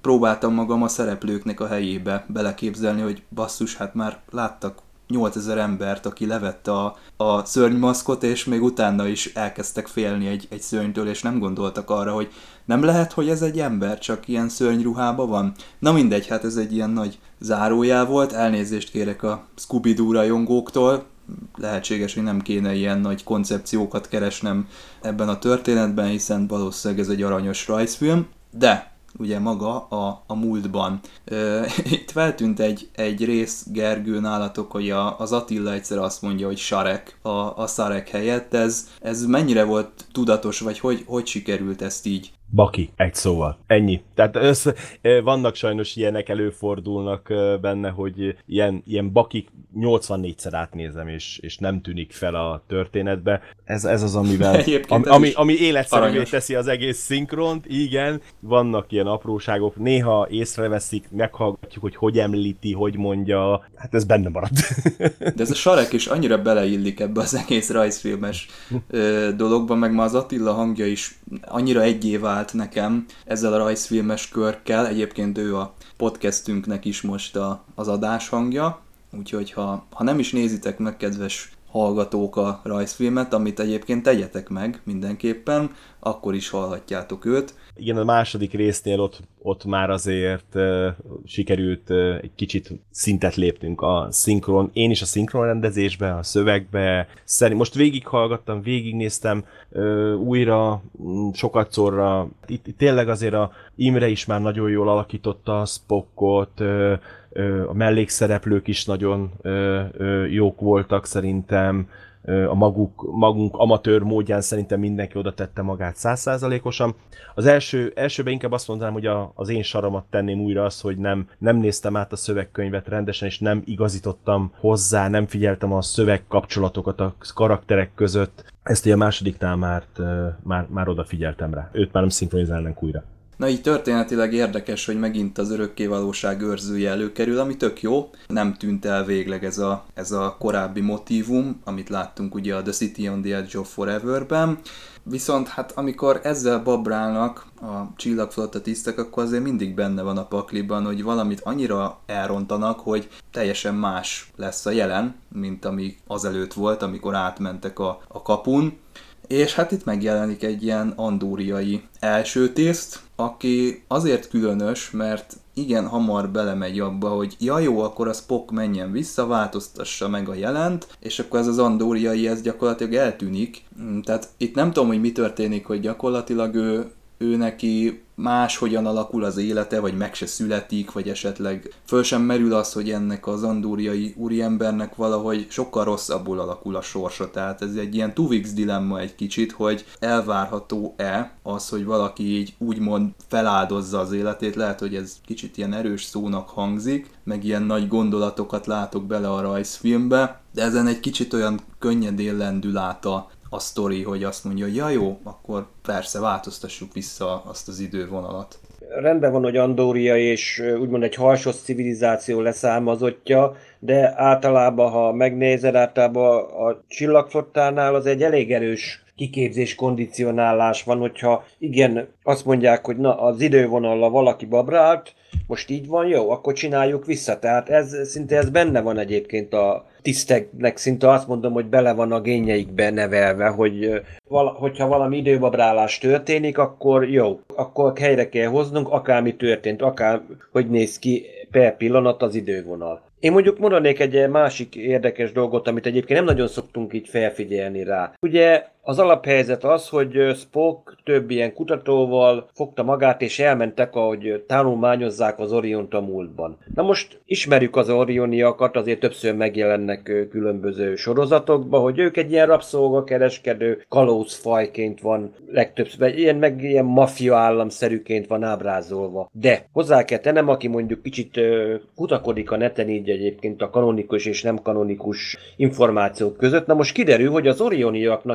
próbáltam magam a szereplőknek a helyébe beleképzelni, hogy basszus, hát már láttak nyolcezer embert, aki levette a, a szörnymaszkot, és még utána is elkezdtek félni egy, egy szörnytől, és nem gondoltak arra, hogy nem lehet, hogy ez egy ember, csak ilyen szörnyruhában van. Na mindegy, hát ez egy ilyen nagy zárójel volt, elnézést kérek a Scooby-Doo rajongóktól, lehetséges, hogy nem kéne ilyen nagy koncepciókat keresnem ebben a történetben, hiszen valószínűleg ez egy aranyos rajzfilm, de ugye maga a, a múltban. E, itt feltűnt egy, egy rész, Gergő, nálatok, hogy a, az Attila egyszer azt mondja, hogy Sarek a, a Szarek helyett. Ez, ez mennyire volt tudatos, vagy hogy, hogy sikerült ezt így? Baki, egy szóval. Ennyi. Tehát össze, vannak sajnos ilyenek, előfordulnak benne, hogy ilyen, ilyen bakik nyolcvannégyszer átnézem, és, és nem tűnik fel a történetbe. Ez, ez az, amivel, ami, ami, ami életszerűvé teszi az egész szinkront. Igen, vannak ilyen apróságok, néha észreveszik, meghallgatjuk, hogy hogy említi, hogy mondja. Hát ez benne marad. De ez a Sarek is annyira beleillik ebbe az egész rajzfilmes ö, dologba, meg ma az Attila hangja is annyira egyé vált nekem ezzel a rajzfilmes körkkel. Egyébként ő a podcastünknek is most a, az adás hangja, úgyhogy ha, ha nem is nézitek meg, kedves hallgatók, a rajzfilmet, amit egyébként tegyetek meg mindenképpen, akkor is hallhatjátok őt. Igen, a második résznél ott, ott már azért uh, sikerült uh, egy kicsit szintet léptünk a szinkron, én is a szinkronrendezésbe, a szövegbe. Szerint most végighallgattam, végignéztem uh, újra, sokat szorra. Itt, itt tényleg azért a Imre is már nagyon jól alakította a Spockot, uh, uh, a mellékszereplők is nagyon uh, uh, jók voltak szerintem. A maguk, magunk amatőr módján szerintem mindenki oda tette magát száz százalékosan. Az első, elsőben inkább azt mondanám, hogy a, az én saramat tenném újra az, hogy nem, nem néztem át a szövegkönyvet rendesen, és nem igazítottam hozzá, nem figyeltem a szövegkapcsolatokat a karakterek között. Ezt ugye a másodiknál már, már, már odafigyeltem rá. Őt már nem szinkronizálnánk újra. Na így történetileg érdekes, hogy megint az örökkévalóság őrzője előkerül, ami tök jó. Nem tűnt el végleg ez a, ez a korábbi motívum, amit láttunk ugye a The City on the Edge of Forever-ben. Viszont hát amikor ezzel babrálnak a csillagflotta tisztek, akkor azért mindig benne van a pakliban, hogy valamit annyira elrontanak, hogy teljesen más lesz a jelen, mint ami azelőtt volt, amikor átmentek a, a kapun. És hát itt megjelenik egy ilyen andóriai első tiszt, aki azért különös, mert igen hamar belemegy abba, hogy ja jó, akkor a Spock menjen vissza, változtassa meg a jelent, és akkor ez az andóriai, ez gyakorlatilag eltűnik. Tehát itt nem tudom, hogy mi történik, hogy gyakorlatilag ő, ő neki máshogyan alakul az élete, vagy meg se születik, vagy esetleg föl sem merül az, hogy ennek az andóriai úriembernek valahogy sokkal rosszabbul alakul a sorsa. Tehát ez egy ilyen Tuvix dilemma egy kicsit, hogy elvárható-e az, hogy valaki így úgymond feláldozza az életét. Lehet, hogy ez kicsit ilyen erős szónak hangzik, meg ilyen nagy gondolatokat látok bele a rajzfilmbe, de ezen egy kicsit olyan könnyedén lendül át a a sztori, hogy azt mondja, hogy ja jó, akkor persze változtassuk vissza azt az idővonalat. Rendben van, hogy Andória és úgymond egy halsos civilizáció leszármazottja, de általában, ha megnézed, általában a csillagflottánál az egy elég erős kiképzés, kondicionálás van, hogyha igen, azt mondják, hogy na, az idővonallal valaki babrált, most így van, jó, akkor csináljuk vissza. Tehát ez szinte ez benne van egyébként a tiszteknek, szinte azt mondom, hogy bele van a génjeikbe nevelve, hogy vala, hogyha valami időbabrálás történik, akkor jó, akkor helyre kell hoznunk, akármi történt, akár hogy néz ki per pillanat az idővonal. Én mondjuk mondanék egy másik érdekes dolgot, amit egyébként nem nagyon szoktunk így felfigyelni rá. Ugye az alaphelyzet az, hogy Spock több ilyen kutatóval fogta magát, és elmentek, ahogy tanulmányozzák az Oriont a múltban. Na most ismerjük az orioniakat, azért többször megjelennek különböző sorozatokban, hogy ők egy ilyen rabszolgakereskedő kalózfajként van legtöbbször, ilyen meg ilyen maffia államszerűként van ábrázolva. De hozzá kell tennem, aki mondjuk kicsit kutakodik a neten így egyébként a kanonikus és nem kanonikus információk között. Na most kiderül, hogy az orioniaknak is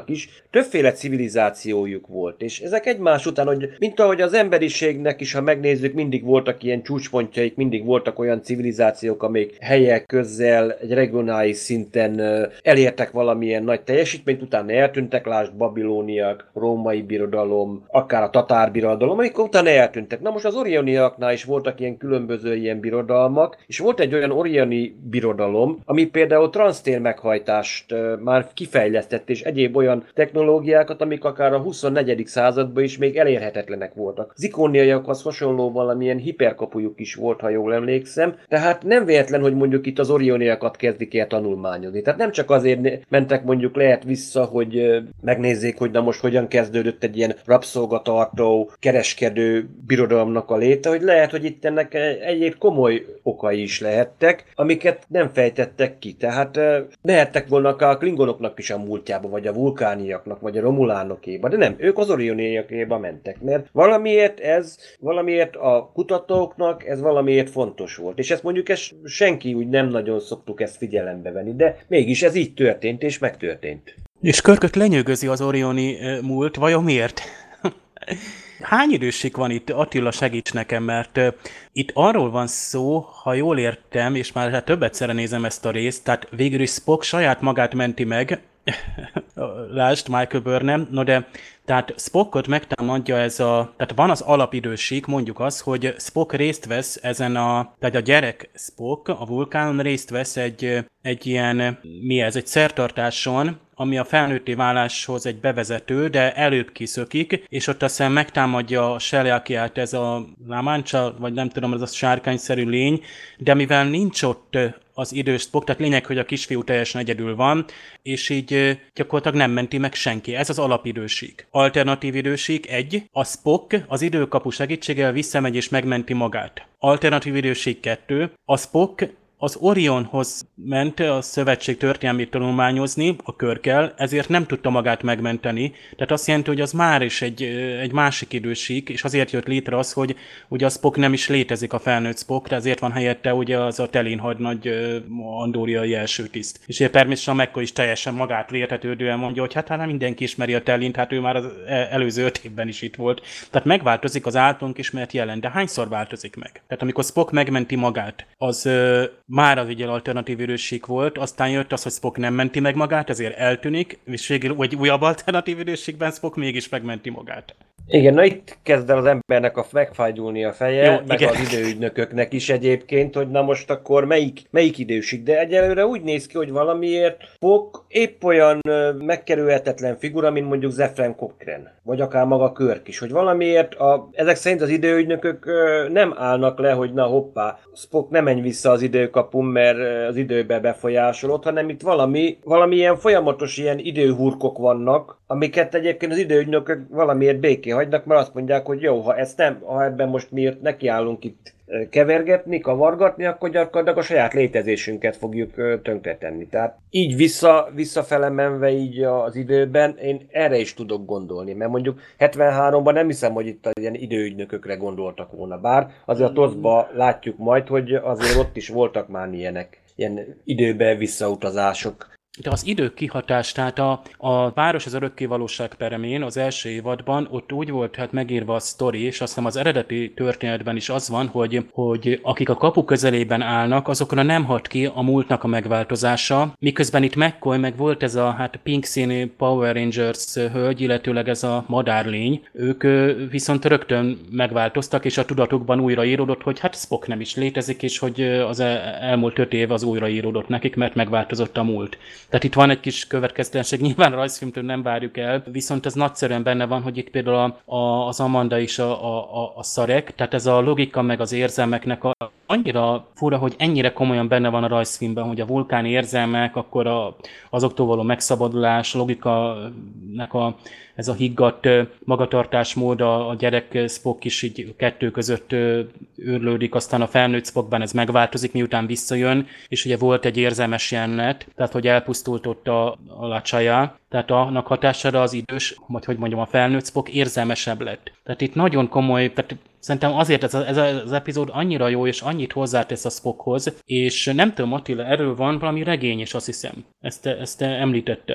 többféle civilizációjuk volt, és ezek egymás után, hogy mint ahogy az emberiségnek is, ha megnézzük, mindig voltak ilyen csúcspontjaik, mindig voltak olyan civilizációk, amik helyek közel, egy regionális szinten elértek valamilyen nagy teljesítményt, utána eltűntek, lásd babilóniak, római birodalom, akár a tatár birodalom, amikor utána eltűntek. Na most az orioniaknál is voltak ilyen különböző ilyen birodalmak, és volt egy olyan orioni birodalom, ami például transztér meghajtást uh, már kifejlesztett, és egyéb olyan technológiákat, amik akár a huszonnegyedik században is még elérhetetlenek voltak. Az ikoniaiakhoz hasonló valamilyen hiperkapujuk is volt, ha jól emlékszem, tehát nem véletlen, hogy mondjuk itt az orioniakat kezdik el tanulmányozni. Tehát nem csak azért mentek mondjuk lehet vissza, hogy uh, megnézzék, hogy na most hogyan kezdődött egy ilyen rabszolgatartó, kereskedő birodalomnak a léte, hogy lehet, hogy itt ennek egyéb komoly okai is lehettek, amiket nem fejtettek ki. Tehát mehettek volna a klingonoknak is a múltjába, vagy a vulkániaknak, vagy a romulánokéba, de nem, ők az orioniakéba mentek, mert valamiért ez, valamiért a kutatóknak ez valamiért fontos volt. És ezt mondjuk ezt senki úgy nem nagyon szoktuk ezt figyelembe venni, de mégis ez így történt, és megtörtént. És Körköt lenyűgözi az orioni múlt, vajon miért? Hány időség van itt? Attila, segíts nekem, mert uh, itt arról van szó, ha jól értem, és már hát többet szere nézem ezt a részt, tehát végül is Spock saját magát menti meg, lásd, Michael Burnham, no de tehát Spockot megtámadja ez a, tehát van az alapidőség, mondjuk az, hogy Spock részt vesz ezen a, tehát a gyerek Spock a vulkánon részt vesz egy, egy ilyen, mi ez, egy szertartáson, ami a felnőtté váláshoz egy bevezető, de előbb kiszökik, és ott aztán megtámadja a Shelyakiát ez a Lamancha, vagy nem tudom, ez a sárkányszerű lény, de mivel nincs ott az idős Spock, tehát lényeg, hogy a kisfiú teljesen egyedül van, és így gyakorlatilag nem menti meg senki. Ez az alapidőség. Alternatív időség egy, a Spock az időkapu segítségével visszamegy és megmenti magát. Alternatív időség kettő, a Spock az Orionhoz ment a szövetség történelmét tanulmányozni a Körkkel, ezért nem tudta magát megmenteni. Tehát azt jelenti, hogy az már is egy, egy másik időség, és azért jött létre az, hogy ugye a Spock nem is létezik, a felnőtt Spock, de ezért van helyette ugye az a Telin hadnagy andóriai első tiszt. És ugye természetesen McCoy is teljesen magát értetődően mondja, hogy hát, hát mindenki ismeri a Telint, hát ő már az előző öt évben is itt volt. Tehát megváltozik az általunk ismert jelen, de hányszor változik meg? Tehát amikor Spock megmenti magát, az már az egy alternatív időség volt, aztán jött az, hogy Spock nem menti meg magát, ezért eltűnik, és végül egy újabb alternatív időségben Spock mégis megmenti magát. Igen, na itt kezd el az embernek a megfájdulni a feje, Jó, meg igen. az időügynököknek is egyébként, hogy na most akkor melyik, melyik időség. De egyelőre úgy néz ki, hogy valamiért Spock épp olyan ö, megkerülhetetlen figura, mint mondjuk Zefram Cochrane, vagy akár maga Kirk is, hogy valamiért a, ezek szerint az időügynökök ö, nem állnak le, hogy na hoppá, Spock nem menj vissza az időkapun, mert az időbe befolyásolod, hanem itt valami, valami ilyen folyamatos ilyen időhurkok vannak, amiket egyébként az időügynökök valamiért békén hagynak, mert azt mondják, hogy jó, ha ezt nem, ha ebben most miért nekiállunk itt kevergetni, kavargatni, akkor gyakorlatilag a saját létezésünket fogjuk tönkretenni. Tehát így vissza, visszafele menve így az időben, én erre is tudok gondolni, mert mondjuk hetvenháromban nem hiszem, hogy itt ilyen időügynökökre gondoltak volna, bár azért a toszba látjuk majd, hogy azért ott is voltak már ilyenek, ilyen időbe visszautazások. De az idő kihatás, tehát a, a Város az örökké valóság peremén az első évadban ott úgy volt hát megírva a sztori, és azt hiszem az eredeti történetben is az van, hogy, hogy akik a kapu közelében állnak, azokra nem hat ki a múltnak a megváltozása, miközben itt McCoy meg volt ez a hát pink színű Power Rangers hölgy, illetőleg ez a madárlény, ők viszont rögtön megváltoztak, és a tudatukban újraíródott, hogy hát Spock nem is létezik, és hogy az elmúlt öt év az újraíródott nekik, mert megváltozott a múlt. Tehát itt van egy kis következtetlenség, nyilván a rajzfilmtől nem várjuk el, viszont ez nagyszerűen benne van, hogy itt például a, a, az Amanda is a, a, a szarek, tehát ez a logika meg az érzelmeknek a, annyira fura, hogy ennyire komolyan benne van a rajzfilmben, hogy a vulkáni érzelmek, akkor a, azoktól való megszabadulás, logikának a, ez a higgadt magatartásmód, a, a gyerek Spock is így kettő között őrlődik, aztán a felnőtt Spockban ez megváltozik, miután visszajön, és ugye volt egy érzelmes jelenet, tehát hogy elpusztult ott a, a Lacsaja, tehát annak hatására az idős, vagy hogy mondjam, a felnőtt Spock érzelmesebb lett. Tehát itt nagyon komoly, tehát szerintem azért ez, a, ez az epizód annyira jó, és annyit hozzátesz a Spockhoz, és nem tudom, Attila, erről van valami regény is, azt hiszem. Ezt te, ezt te említetted.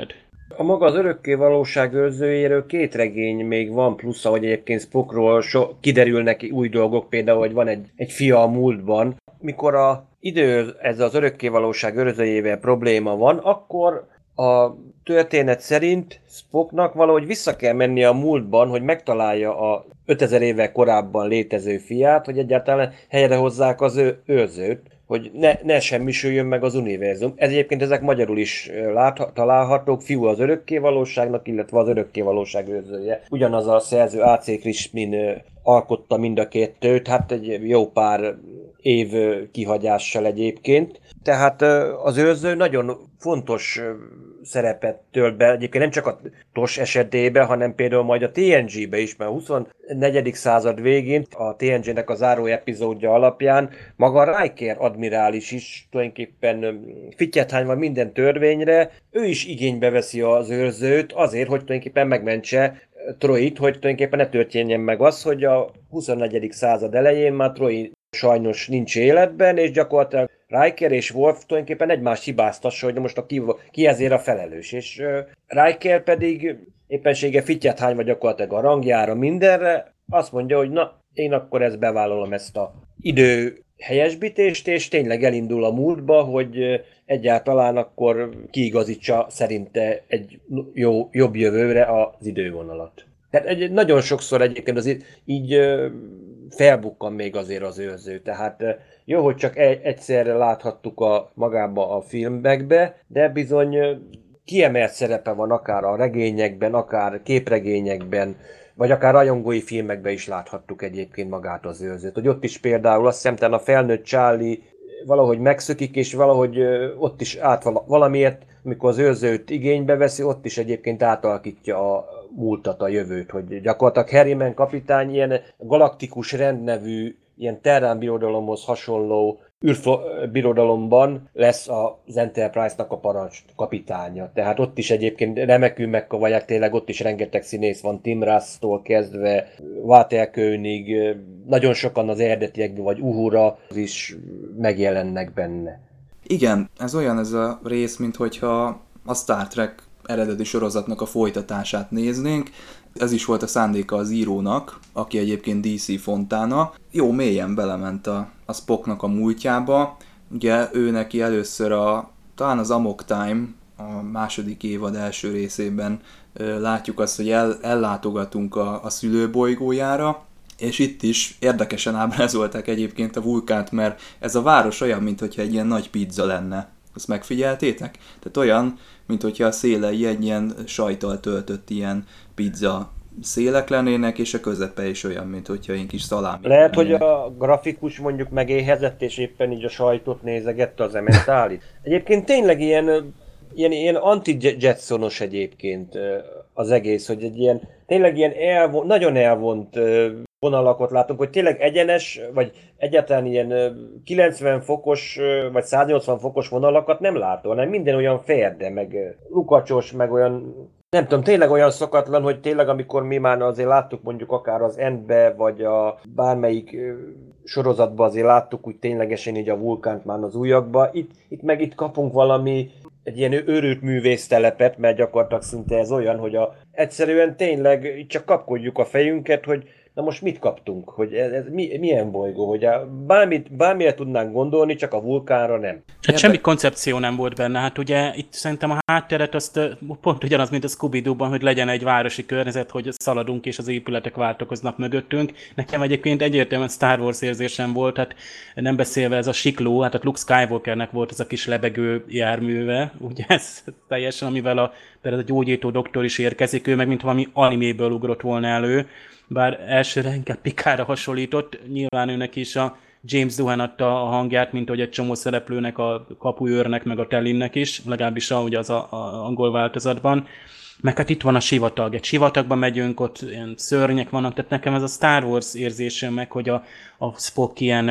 A maga az örökké valóság őrzőjéről két regény még van, plusz, ahogy egyébként Spockról so, kiderülnek új dolgok, például, hogy van egy, egy fia a múltban. Mikor a idő ez az örökké valóság őrzőjével probléma van, akkor a történet szerint Spocknak valahogy vissza kell menni a múltban, hogy megtalálja a ötezer évvel korábban létező fiát, hogy egyáltalán helyre hozzák az ő őrzőt, hogy ne, ne semmisüljön meg az univerzum. Ez egyébként ezek magyarul is lát, találhatók, Fiú az örökké valóságnak, illetve az örökké valóság őrzője. Ugyanaz a szerző á cé Crispin alkotta mind a kettőt, hát egy jó pár év kihagyással egyébként. Tehát az őrző nagyon fontos szerepet tölt be, egyébként nem csak a TOS esetében, hanem például majd a té en gé-be is, mert a huszonnegyedik század végén a té en gé-nek a záró epizódja alapján maga Riker admirális is tulajdonképpen fittyethányva minden törvényre, ő is igénybe veszi az őrzőt azért, hogy tulajdonképpen megmentse Troit, hogy tulajdonképpen ne történjen meg az, hogy a huszonnegyedik század elején már Troi sajnos nincs életben, és gyakorlatilag Riker és Worf tulajdonképpen egymást hibáztassa, hogy most a ki, ki ezért a felelős. És uh, Riker pedig éppensége fittyethányva gyakorlatilag a rangjára mindenre, azt mondja, hogy na, én akkor ezt bevállalom, ezt a idő helyesbítést, és tényleg elindul a múltba, hogy egyáltalán akkor kiigazítsa szerinte egy jó, jobb jövőre az idővonalat. Tehát egy, nagyon sokszor egyébként az így felbukkan még azért az őrző. Tehát jó, hogy csak egyszerre láthattuk a, magába a filmekbe, de bizony kiemelt szerepe van akár a regényekben, akár képregényekben, vagy akár rajongói filmekben is láthattuk egyébként magát az őrzőt. Hogy ott is például azt hiszem, talán a felnőtt Charlie valahogy megszökik, és valahogy ott is át valamiért, amikor az őrzőt igénybe veszi, ott is egyébként átalakítja a múltat, a jövőt, hogy gyakorlatilag Harriman kapitány ilyen galaktikus rendnevű, ilyen terrán birodalomhoz hasonló űrbirodalomban lesz az Enterprise-nak a parancs kapitánya. Tehát ott is egyébként remekül megkavarják, tényleg ott is rengeteg színész van, Tim Russ-tól kezdve, Walter Koenig, nagyon sokan az eredetiekből, vagy Uhura is megjelennek benne. Igen, ez olyan ez a rész, mint hogyha a Star Trek eredeti sorozatnak a folytatását néznénk. Ez is volt a szándéka az írónak, aki egyébként dé cé Fontana. Jó mélyen belement a, a Spocknak a múltjába. Ugye ő neki először a, talán az Amok Time, a második évad első részében ö, látjuk azt, hogy el, ellátogatunk a, a szülőbolygójára, és itt is érdekesen ábrázolták egyébként a vulkánt, mert ez a város olyan, mintha egy ilyen nagy pizza lenne. Azt megfigyeltétek? Tehát olyan, mint hogyha a szélei egy ilyen sajttal töltött ilyen pizza szélek lennének, és a közepe is olyan, mint hogyha én kis szalámi. Lehet, lennének. Hogy a grafikus mondjuk megéhezett, és éppen így a sajtot nézegette az ementálit. Egyébként tényleg ilyen, ilyen, ilyen anti-Jetsonos egyébként az egész, hogy egy ilyen, tényleg ilyen elvon, nagyon elvont vonalakot látunk, hogy tényleg egyenes, vagy egyáltalán ilyen kilencven fokos, vagy száznyolcvan fokos vonalakat nem látom, hanem minden olyan ferde, meg lukacsos, meg olyan, nem tudom, tényleg olyan szokatlan, hogy tényleg amikor mi már azért láttuk mondjuk akár az Endbe, vagy a bármelyik sorozatban azért láttuk úgy ténylegesen így a vulkánt már az újakba, itt, itt meg itt kapunk valami, egy ilyen őrült művésztelepet, mert gyakorlatilag szinte ez olyan, hogy a, egyszerűen tényleg csak kapkodjuk a fejünket, hogy na most mit kaptunk? Hogy ez, ez mi, milyen bolygó? Hogy a, bármit, bármire tudnánk gondolni, csak a vulkánra nem. Hát semmi koncepció nem volt benne. Hát ugye itt szerintem a hátteret azt pont ugyanaz, mint a Scooby-Dooban, hogy legyen egy városi környezet, hogy szaladunk és az épületek váltakoznak mögöttünk. Nekem egyébként egyértelműen Star Wars érzésem volt, hát nem beszélve ez a sikló, hát a Luke Skywalkernek volt ez a kis lebegő járműve, ugye ez teljesen, amivel a, például a gyógyító doktor is érkezik, ő meg mint valami animéből ugrott volna elő. Bár elsőre inkább Picardra hasonlított, nyilván őnek is a James Doohan adta a hangját, mint hogy egy csomó szereplőnek, a kapuőrnek, meg a Tellinnek is, legalábbis ahogy az a, a angol változatban. Meg hát itt van a sivatag, egy sivatagba megyünk, ott ilyen szörnyek vannak, tehát nekem ez a Star Wars érzésem meg, hogy a, a Spock ilyen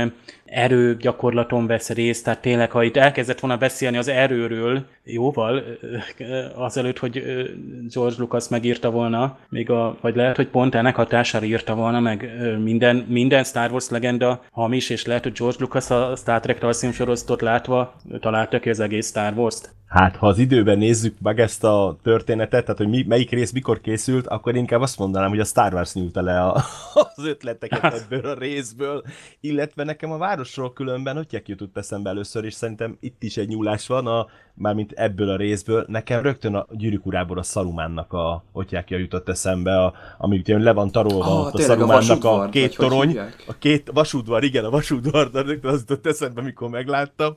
erőgyakorlaton vesz részt, tehát tényleg, ha itt elkezdett volna beszélni az erőről, jóval, azelőtt, hogy George Lucas megírta volna, még a, vagy lehet, hogy pont ennek hatására írta volna meg minden, minden Star Wars legenda hamis, és lehet, hogy George Lucas a Star Trek rajzfilmsorozatot látva találta ki az egész Star Wars-t. Hát, ha az időben nézzük meg ezt a történetet, tehát hogy mi, melyik rész mikor készült, akkor inkább azt mondanám, hogy a Star Wars nyújta le a, az ötleteket ebből a részből, illetve nekem a városról különben Hotyek jutott eszembe először, és szerintem itt is egy nyúlás van, a, mármint ebből a részből. Nekem rögtön a Gyűrűk urából a Szarumánnak a Hotyekja jutott eszembe, a, ami ugye le van tarolva oh, a Szarumánnak a, a két torony, a két vasudvar, igen, a vasudvar, rögtön az jutott eszembe, amikor megláttam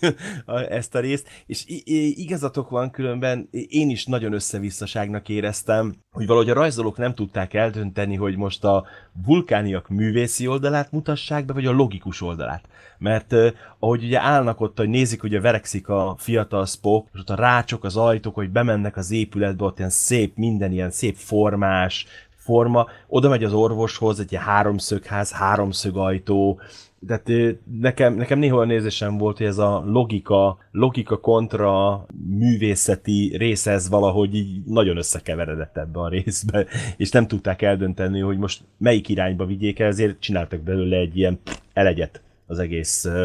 ezt a részt, és igazatok van, különben én is nagyon összevisszaságnak éreztem, hogy valahogy a rajzolók nem tudták eldönteni, hogy most a vulkániak művészi oldalát mutassák be, vagy a logikus oldalát. Mert eh, ahogy ugye állnak ott, hogy nézik, ugye verekszik a fiatal Spock, és ott a rácsok, az ajtók, hogy bemennek az épületbe, ott ilyen szép, minden ilyen szép formás forma, oda megy az orvoshoz, egy ilyen háromszögház, háromszög ajtó, tehát nekem, nekem néha olyan nézésem volt, hogy ez a logika, logika kontra művészeti része, ez valahogy így nagyon összekeveredett ebbe a részbe, és nem tudták eldönteni, hogy most melyik irányba vigyék el, ezért csináltak belőle egy ilyen elegyet az egész ö,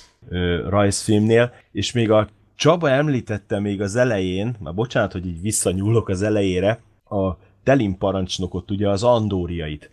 ö, rajzfilmnél, és még a Csaba említette még az elején, már bocsánat, hogy így visszanyúlok az elejére, a Telin parancsnokot, ugye az andóriait,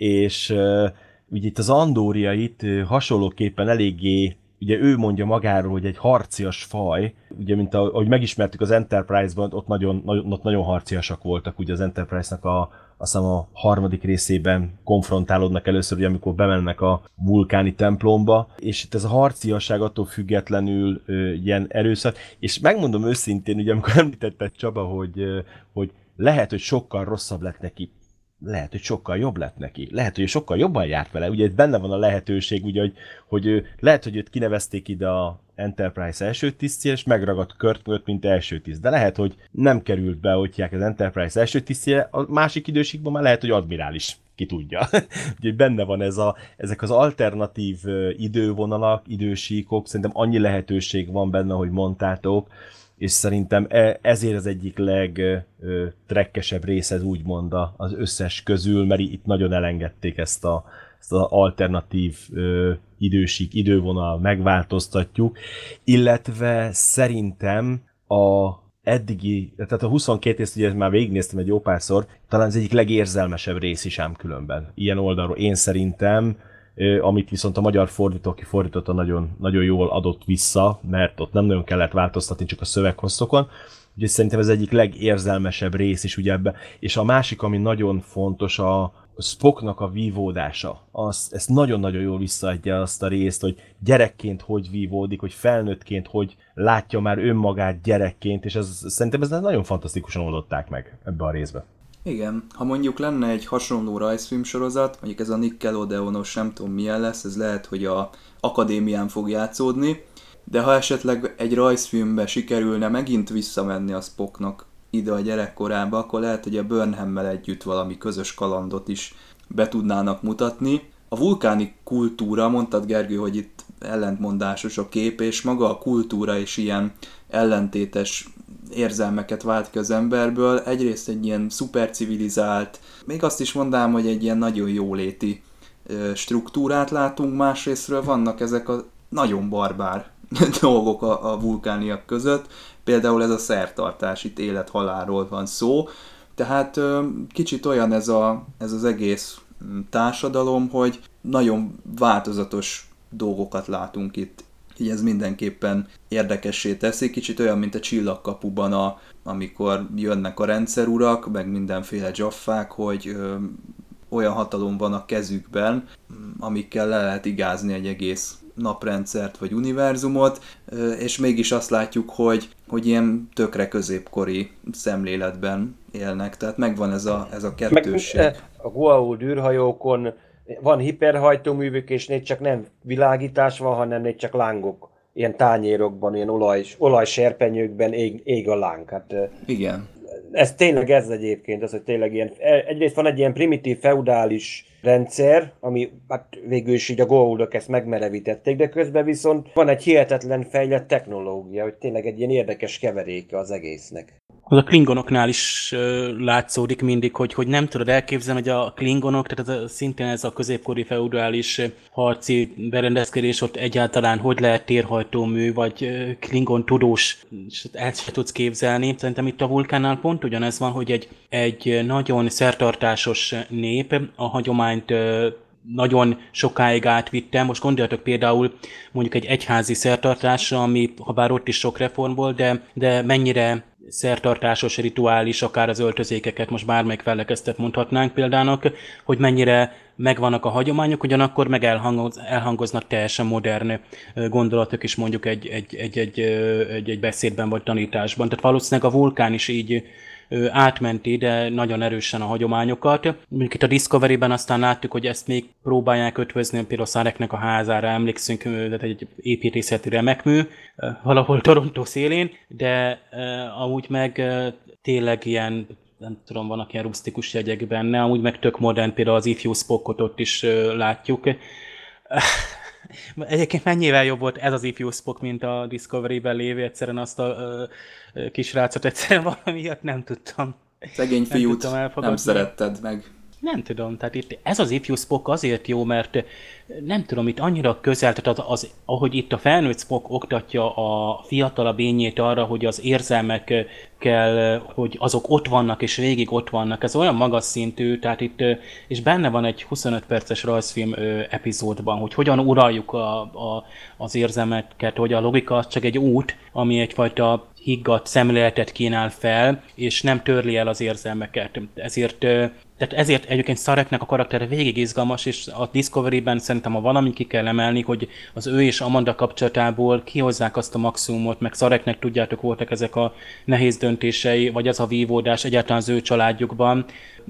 és ö, ugye itt az andóriait hasonlóképpen eléggé, ugye ő mondja magáról, hogy egy harcias faj, ugye mint ahogy megismertük az Enterprise-ban, ott nagyon, ott nagyon harciasak voltak, ugye az Enterprise-nak a, azt hiszem a harmadik részében konfrontálódnak először, ugye amikor bemennek a vulkáni templomba, és itt ez a harciasság attól függetlenül ö, ilyen erőszak, és megmondom őszintén, ugye amikor említetted Csaba, hogy, ö, hogy lehet, hogy sokkal rosszabb lett neki, lehet, hogy sokkal jobb lett neki. Lehet, hogy sokkal jobban járt vele. Ugye benne van a lehetőség, ugye, hogy, hogy lehet, hogy őt kinevezték ide a Enterprise első tisztjére, és megragadt Kurt, mint első tiszt. De lehet, hogy nem került be, hogy az Enterprise első tisztjére, a másik időségben már lehet, hogy admirális. Ki tudja. Ugye benne van ez a, ezek az alternatív idővonalak, idősíkok, szerintem annyi lehetőség van benne, hogy mondtátok, és szerintem ezért az egyik legtrekkesebb része úgymond az összes közül, mert itt nagyon elengedték ezt, a, ezt az alternatív ö, idősík, idővonal, megváltoztatjuk, illetve szerintem a eddigi, tehát a huszonkét részt ugye már végignéztem egy jó párszor, talán az egyik legérzelmesebb rész is ám különben. Ilyen oldalról én szerintem, amit viszont a magyar fordító, aki fordította, nagyon, nagyon jól adott vissza, mert ott nem nagyon kellett változtatni, csak a szöveghosszokon. Úgyhogy szerintem ez egyik legérzelmesebb rész is ugye ebbe. És a másik, ami nagyon fontos, a Spocknak a vívódása. Az, ezt nagyon-nagyon jól visszaadja azt a részt, hogy gyerekként hogy vívódik, hogy felnőttként hogy látja már önmagát gyerekként, és ez, szerintem ez nagyon fantasztikusan oldották meg ebbe a részbe. Igen, ha mondjuk lenne egy hasonló rajzfilmsorozat, mondjuk ez a Nickelodeonos, nem tudom milyen lesz, ez lehet, hogy a akadémián fog játszódni, de ha esetleg egy rajzfilmbe sikerülne megint visszamenni a Spocknak ide a gyerekkorába, akkor lehet, hogy a Burnhammel együtt valami közös kalandot is be tudnának mutatni. A vulkáni kultúra, mondtad Gergő, hogy itt ellentmondásos a kép, és maga a kultúra is ilyen ellentétes érzelmeket vált ki az emberből. Egyrészt egy ilyen szupercivilizált, még azt is mondanám, hogy egy ilyen nagyon jóléti struktúrát látunk, másrésztről vannak ezek a nagyon barbár dolgok a, a vulkániak között, például ez a szertartás, itt élet-halálról van szó, tehát kicsit olyan ez, a, ez az egész társadalom, hogy nagyon változatos dolgokat látunk itt. Így ez mindenképpen érdekessé teszi, kicsit olyan, mint a Csillagkapuban, a, amikor jönnek a rendszerurak, meg mindenféle dzsaffák, hogy ö, olyan hatalom van a kezükben, amikkel le lehet igázni egy egész naprendszert vagy univerzumot, ö, és mégis azt látjuk, hogy, hogy ilyen tökre középkori szemléletben élnek, tehát megvan ez a, ez a kettősség. Meg, a Goa'uld űrhajókon van hiperhajtóművük, és négy csak nem világítás van, hanem négy csak lángok. Ilyen tányérokban, ilyen olaj, olajserpenyőkben ég, ég a láng. Hát, igen. ez tényleg ez egyébként, az, hogy tényleg ilyen, egyrészt van egy ilyen primitív feudális rendszer, ami hát végül is így a Goa'uld-ok ezt megmerevítették, de közben viszont van egy hihetetlen fejlett technológia, hogy tényleg egy ilyen érdekes keveréke az egésznek. Az a klingonoknál is uh, látszódik mindig, hogy, hogy nem tudod elképzelni, hogy a klingonok, tehát ez a, szintén ez a középkori feudális harci berendezkedés, ott egyáltalán hogy lehet térhajtómű, vagy uh, klingon tudós, ezt se tudsz képzelni. Szerintem itt a Vulkánnál pont ugyanez van, hogy egy, egy nagyon szertartásos nép a hagyományt uh, nagyon sokáig átvitte. Most gondoljatok például mondjuk egy egyházi szertartásra, ami ha bár ott is sok reform volt, de, de mennyire szertartásos, rituális, akár az öltözékeket most bármelyik fellekeztet mondhatnánk példának, hogy mennyire megvannak a hagyományok, ugyanakkor meg elhangoz, elhangoznak teljesen modern gondolatok is mondjuk egy, egy, egy, egy, egy, egy beszédben vagy tanításban. Tehát valószínűleg a Vulkán is így átmenti, de nagyon erősen a hagyományokat. Mondjuk itt a Discovery-ben aztán láttuk, hogy ezt még próbálják ötvözni, például Sareknek a házára emlékszünk, tehát egy építészeti remekmű, valahol Toronto szélén, de uh, amúgy meg uh, tényleg ilyen, nem tudom, vannak ilyen rusztikus jegyek benne, amúgy meg tök modern, például az ifjú Spockot ott is uh, látjuk. Egyébként mennyivel jobb volt ez az ifjú Spock, mint a Discovery-ben lévő, egyszerűen azt a uh, kisrácot egyszerűen valamiatt nem tudtam. Szegény fiút nem, nem szeretted meg. Nem tudom, tehát itt ez az ifjú Spock azért jó, mert nem tudom, itt annyira közel, tehát az, az, ahogy itt a felnőtt Spock oktatja a fiatalabb ényét arra, hogy az érzelmekkel, hogy azok ott vannak és végig ott vannak, ez olyan magas szintű, tehát itt, és benne van egy huszonöt perces rajzfilm epizódban, hogy hogyan uraljuk a, a, az érzelmeket, hogy a logika csak egy út, ami egyfajta higgadt szemléletet kínál fel, és nem törli el az érzelmeket. Ezért, tehát ezért egyébként Sareknek a karaktere végig izgalmas, és a Discovery-ben szerintem a valamit ki kell emelni, hogy az ő és Amanda kapcsolatából kihozzák azt a maximumot, meg Sareknek tudjátok, voltak ezek a nehéz döntései, vagy az a vívódás egyáltalán az ő családjukban.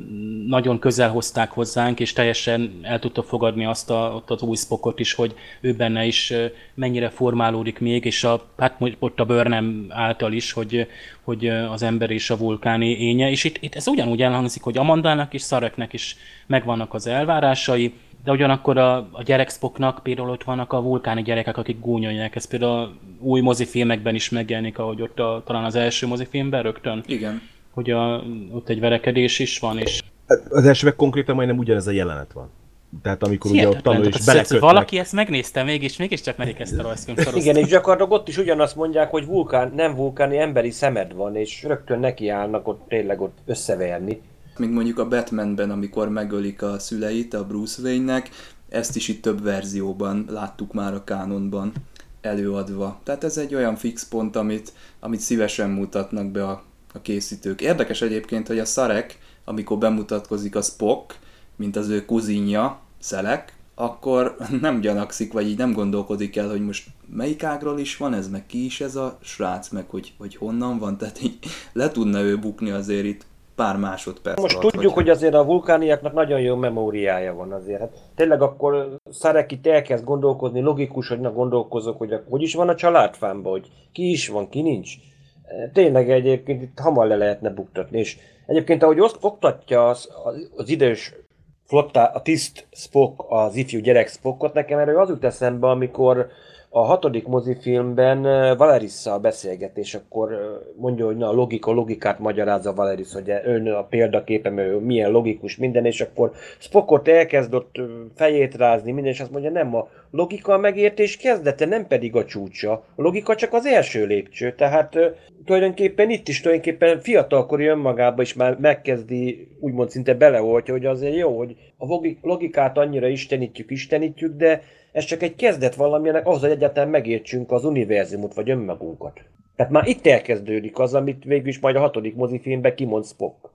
Nagyon közel hozták hozzánk, és teljesen el tudta fogadni azt a, ott az új Spockot is, hogy ő benne is mennyire formálódik még, és a, hát ott a Burnham által is, hogy, hogy az ember és a vulkáni énje, és itt, itt ez ugyanúgy elhangzik, hogy Amandának és Sareknek is megvannak az elvárásai, de ugyanakkor a, a gyerek Spocknak például ott vannak a vulkáni gyerekek, akik gúnyolják. Ez például a új mozifilmekben is megjelenik, ahogy ott a, talán az első mozifilmben rögtön. Igen. Hogy a, ott egy verekedés is van, és... Az elsőben konkrétan majdnem ugyanez a jelenet van. Tehát amikor ugye ott tanul és belekötnek. Valaki ezt megnézte mégis, mégiscsak merik ezt a rajzfilm sorozatot. Igen, és gyakorlatilag ott is ugyanazt mondják, hogy vulkán, nem vulkáni emberi szemed van, és rögtön nekiállnak ott tényleg ott összeverni. Mint mondjuk a Batmanben, amikor megölik a szüleit a Bruce Wayne-nek, ezt is itt több verzióban láttuk már a kánonban előadva. Tehát ez egy olyan fix pont, amit, amit szívesen mutatnak be a, a készítők. Érdekes egyébként, hogy a Sarek, amikor bemutatkozik a Spock, mint az ő kuzinja, Szelek, akkor nem gyanakszik, vagy így nem gondolkodik el, hogy most melyik ágról is van ez, meg ki is ez a srác, meg hogy, hogy honnan van, tehát így le tudna ő bukni azért itt pár másodperc. Most alatt, tudjuk, hogy azért a vulkániaknak nagyon jó memóriája van azért. Hát tényleg akkor Sarek itt elkezd gondolkozni, logikus, hogy na gondolkozok, hogy hogy is van a családfámban, hogy ki is van, ki nincs. Tényleg egyébként itt hamar le lehetne buktatni, és egyébként ahogy oktatja az, az idős flottá, a tiszt Spock, az ifjú gyerek Spockot, nekem erről az jut eszembe, amikor a hatodik mozifilmben Valerisszal beszélget, és akkor mondja, hogy na, a logika, logikát magyarázza Valerisz, hogy ön a példaképe, mert milyen logikus minden, és akkor Spockot elkezd ott fejét rázni, minden, és azt mondja, nem, a logika a megértés kezdete, nem pedig a csúcsa. A logika csak az első lépcső, tehát tulajdonképpen itt is tulajdonképpen fiatalkori önmagába is már megkezdi, úgymond szinte beleoltja, hogy azért jó, hogy a logikát annyira istenítjük, istenítjük, de ez csak egy kezdet valamilyenek ahhoz, hogy egyáltalán megértsünk az univerzumot, vagy önmagunkat. Tehát már itt elkezdődik az, amit végül is majd a hatodik mozifilmben kimond Spock.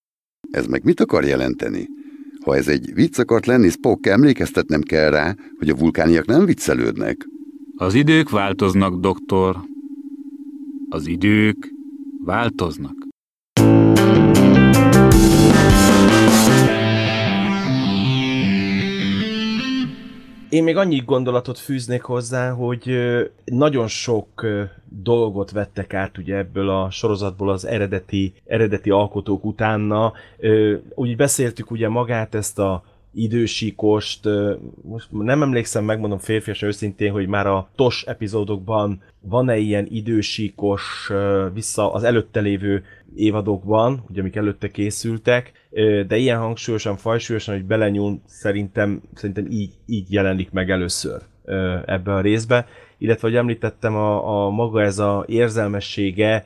Ez meg mit akar jelenteni? Ha ez egy vicc akart lenni, Spock, emlékeztetnem kell rá, hogy a vulkániak nem viccelődnek. Az idők változnak, doktor. Az idők változnak. Én még annyi gondolatot fűznék hozzá, hogy nagyon sok dolgot vettek át ugye ebből a sorozatból az eredeti, eredeti alkotók utána. Úgy beszéltük ugye magát ezt a idősíkost, most nem emlékszem, megmondom férfiasan őszintén, hogy már a TOS epizódokban van-e ilyen idősíkos vissza az előtte lévő évadokban, ugye amik előtte készültek, de ilyen hangsúlyosan, fajsúlyosan, hogy belenyúl, szerintem, szerintem így, így jelenik meg először ebbe a részbe. Illetve, hogy említettem, a, a maga ez a érzelmessége,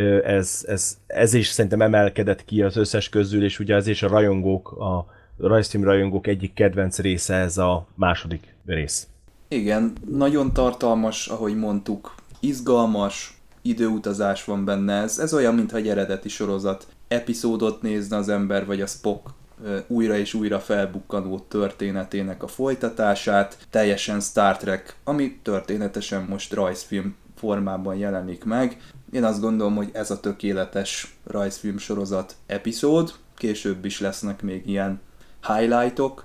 ez, ez, ez is szerintem emelkedett ki az összes közül, és ugye ez is a rajongók, a rajzfilm rajongók egyik kedvenc része ez a második rész. Igen, nagyon tartalmas, ahogy mondtuk, izgalmas, időutazás van benne. Ez, ez olyan, mintha egy eredeti sorozat epizódot nézne az ember, vagy a Spock újra és újra felbukkanó történetének a folytatását. Teljesen Star Trek, ami történetesen most rajzfilm formában jelenik meg. Én azt gondolom, hogy ez a tökéletes rajzfilm sorozat epizód. Később is lesznek még ilyen highlightok,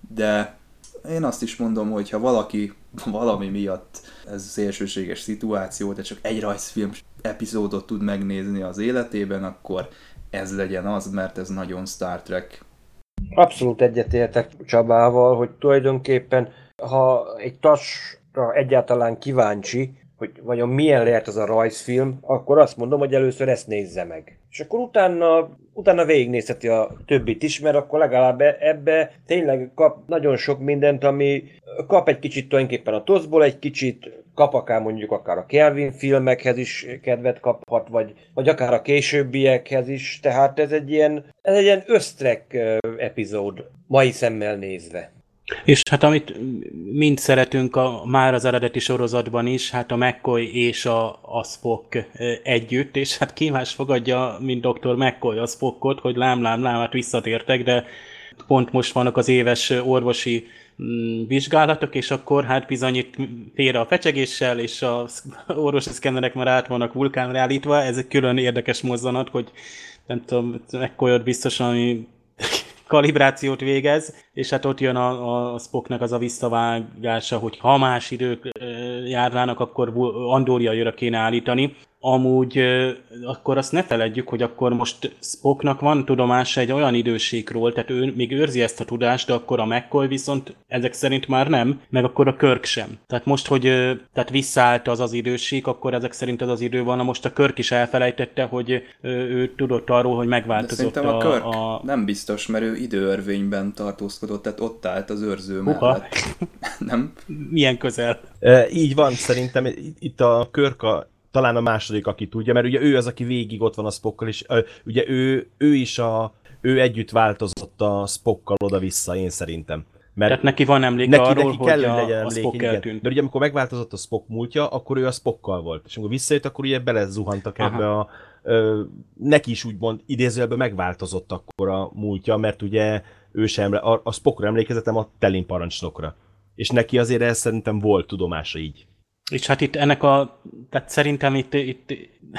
de én azt is mondom, hogy ha valaki valami miatt ez szélsőséges szituáció, de csak egy rajzfilm epizódot tud megnézni az életében, akkor ez legyen az, mert ez nagyon Star Trek. Abszolút egyetértek Csabával, hogy tulajdonképpen, ha egy tasra egyáltalán kíváncsi, hogy vajon milyen lehet az a rajzfilm, akkor azt mondom, hogy először ezt nézze meg. És akkor utána, utána végignézheti a többit is, mert akkor legalább ebbe tényleg kap nagyon sok mindent, ami kap egy kicsit tulajdonképpen a toszból, egy kicsit kap akár mondjuk akár a Kelvin filmekhez is kedvet kaphat, vagy, vagy akár a későbbiekhez is, tehát ez egy ilyen, ez egy ilyen össztrek epizód, mai szemmel nézve. És hát amit mind szeretünk a, már az eredeti sorozatban is, hát a McCoy és a, a Spock együtt, és hát ki más fogadja, mint doktor McCoy a Spockot, hogy lám, lám, lám, hát visszatértek, de pont most vannak az éves orvosi vizsgálatok, és akkor hát bizony itt félre a fecsegéssel, és az orvosi szkennerek már át vannak vulkánra állítva. Ez egy külön érdekes mozzanat, hogy nem tudom, McCoyot biztosan kalibrációt végez, és hát ott jön a, a Spocknak az a visszavágása, hogy ha más idők járnának, akkor Andoriaira kéne állítani. Amúgy akkor azt ne feledjük, hogy akkor most Spocknak van tudomása egy olyan időségről, tehát ő még őrzi ezt a tudást, de akkor a McCoy viszont ezek szerint már nem, meg akkor a Kirk sem. Tehát most, hogy tehát visszaállt az az időség, akkor ezek szerint az az idő van, most a Kirk is elfelejtette, hogy ő tudott arról, hogy megváltozott a... a Kirk a... nem biztos, mert ő időörvényben tartózkodott, tehát ott állt az őrző mellett. Nem? Milyen közel? E, így van, szerintem itt a Kirk a talán a második, aki tudja, mert ugye ő az, aki végig ott van a Spockkal, és ugye ő, ő is a, ő együtt változott a Spockkal oda-vissza, én szerintem. Mert tehát neki van emléke neki, arról, neki kell, hogy a, legyen a emléke, Spock igen. eltűnt. Mert ugye amikor megváltozott a Spock múltja, akkor ő a Spockkal volt. És amikor visszajött, akkor ugye belezuhantak Aha. ebbe a... Ö, neki is úgymond idézőjelben megváltozott akkor a múltja, mert ugye ő sem, a, a Spockra emlékezetem a Telin parancsnokra. És neki azért ez szerintem volt tudomása így. És hát itt ennek a, tehát szerintem itt, itt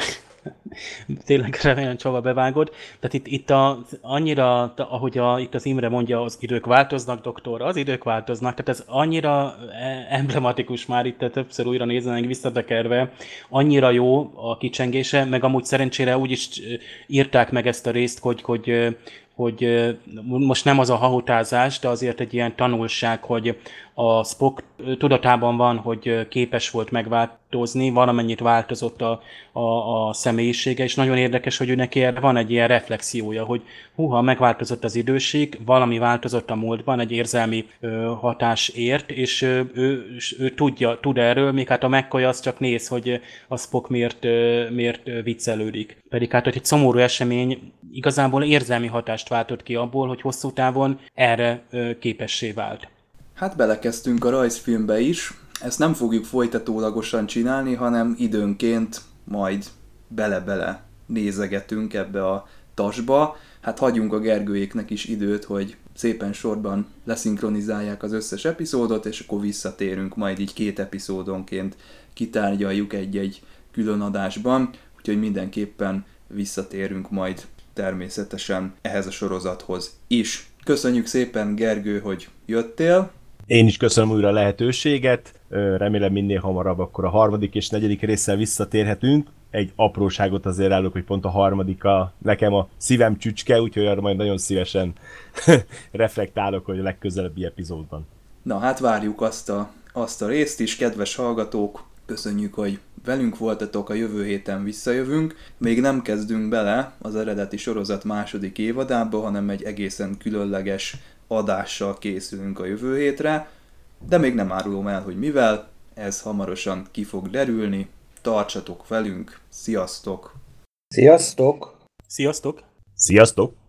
tényleg remélem Csaba bevágod, tehát itt, itt a, annyira, ahogy a, itt az Imre mondja, az idők változnak, doktor, az idők változnak, tehát ez annyira emblematikus már itt, többször újra nézzenek visszatekerve, annyira jó a kicsengése, meg amúgy szerencsére úgy is írták meg ezt a részt, hogy, hogy hogy most nem az a hahotázás, de azért egy ilyen tanulság, hogy a Spock tudatában van, hogy képes volt megváltozni, valamennyit változott a, a, a személyisége, és nagyon érdekes, hogy ő neki erre van egy ilyen reflexiója, hogy húha, megváltozott az időség, valami változott a múltban, egy érzelmi ö, hatás ért, és ö, ő, ő tudja, tud erről, még hát a McCoy az csak néz, hogy a Spock miért, ö, miért viccelődik. Pedig hát egy szomorú esemény igazából érzelmi hatást váltott ki abból, hogy hosszú távon erre ö, képessé vált. Hát belekezdtünk a rajzfilmbe is, ezt nem fogjuk folytatólagosan csinálni, hanem időnként majd bele-bele nézegetünk ebbe a tasba. Hát hagyjunk a Gergőjéknek is időt, hogy szépen sorban leszinkronizálják az összes epizódot, és akkor visszatérünk, majd így két epizódonként kitárgyaljuk egy-egy külön adásban, úgyhogy mindenképpen visszatérünk majd természetesen ehhez a sorozathoz is. Köszönjük szépen, Gergő, hogy jöttél. Én is köszönöm újra a lehetőséget, remélem minél hamarabb akkor a harmadik és negyedik résszel visszatérhetünk. Egy apróságot azért állok, hogy pont a harmadika nekem a szívem csücske, úgyhogy arra majd nagyon szívesen reflektálok, hogy a legközelebbi epizódban. Na hát várjuk azt a, azt a részt is, kedves hallgatók, köszönjük, hogy velünk voltatok, a jövő héten visszajövünk. Még nem kezdünk bele az eredeti sorozat második évadába, hanem egy egészen különleges adással készülünk a jövő hétre, de még nem árulom el, hogy mivel, ez hamarosan ki fog derülni. Tartsatok velünk, sziasztok! Sziasztok! Sziasztok! Sziasztok!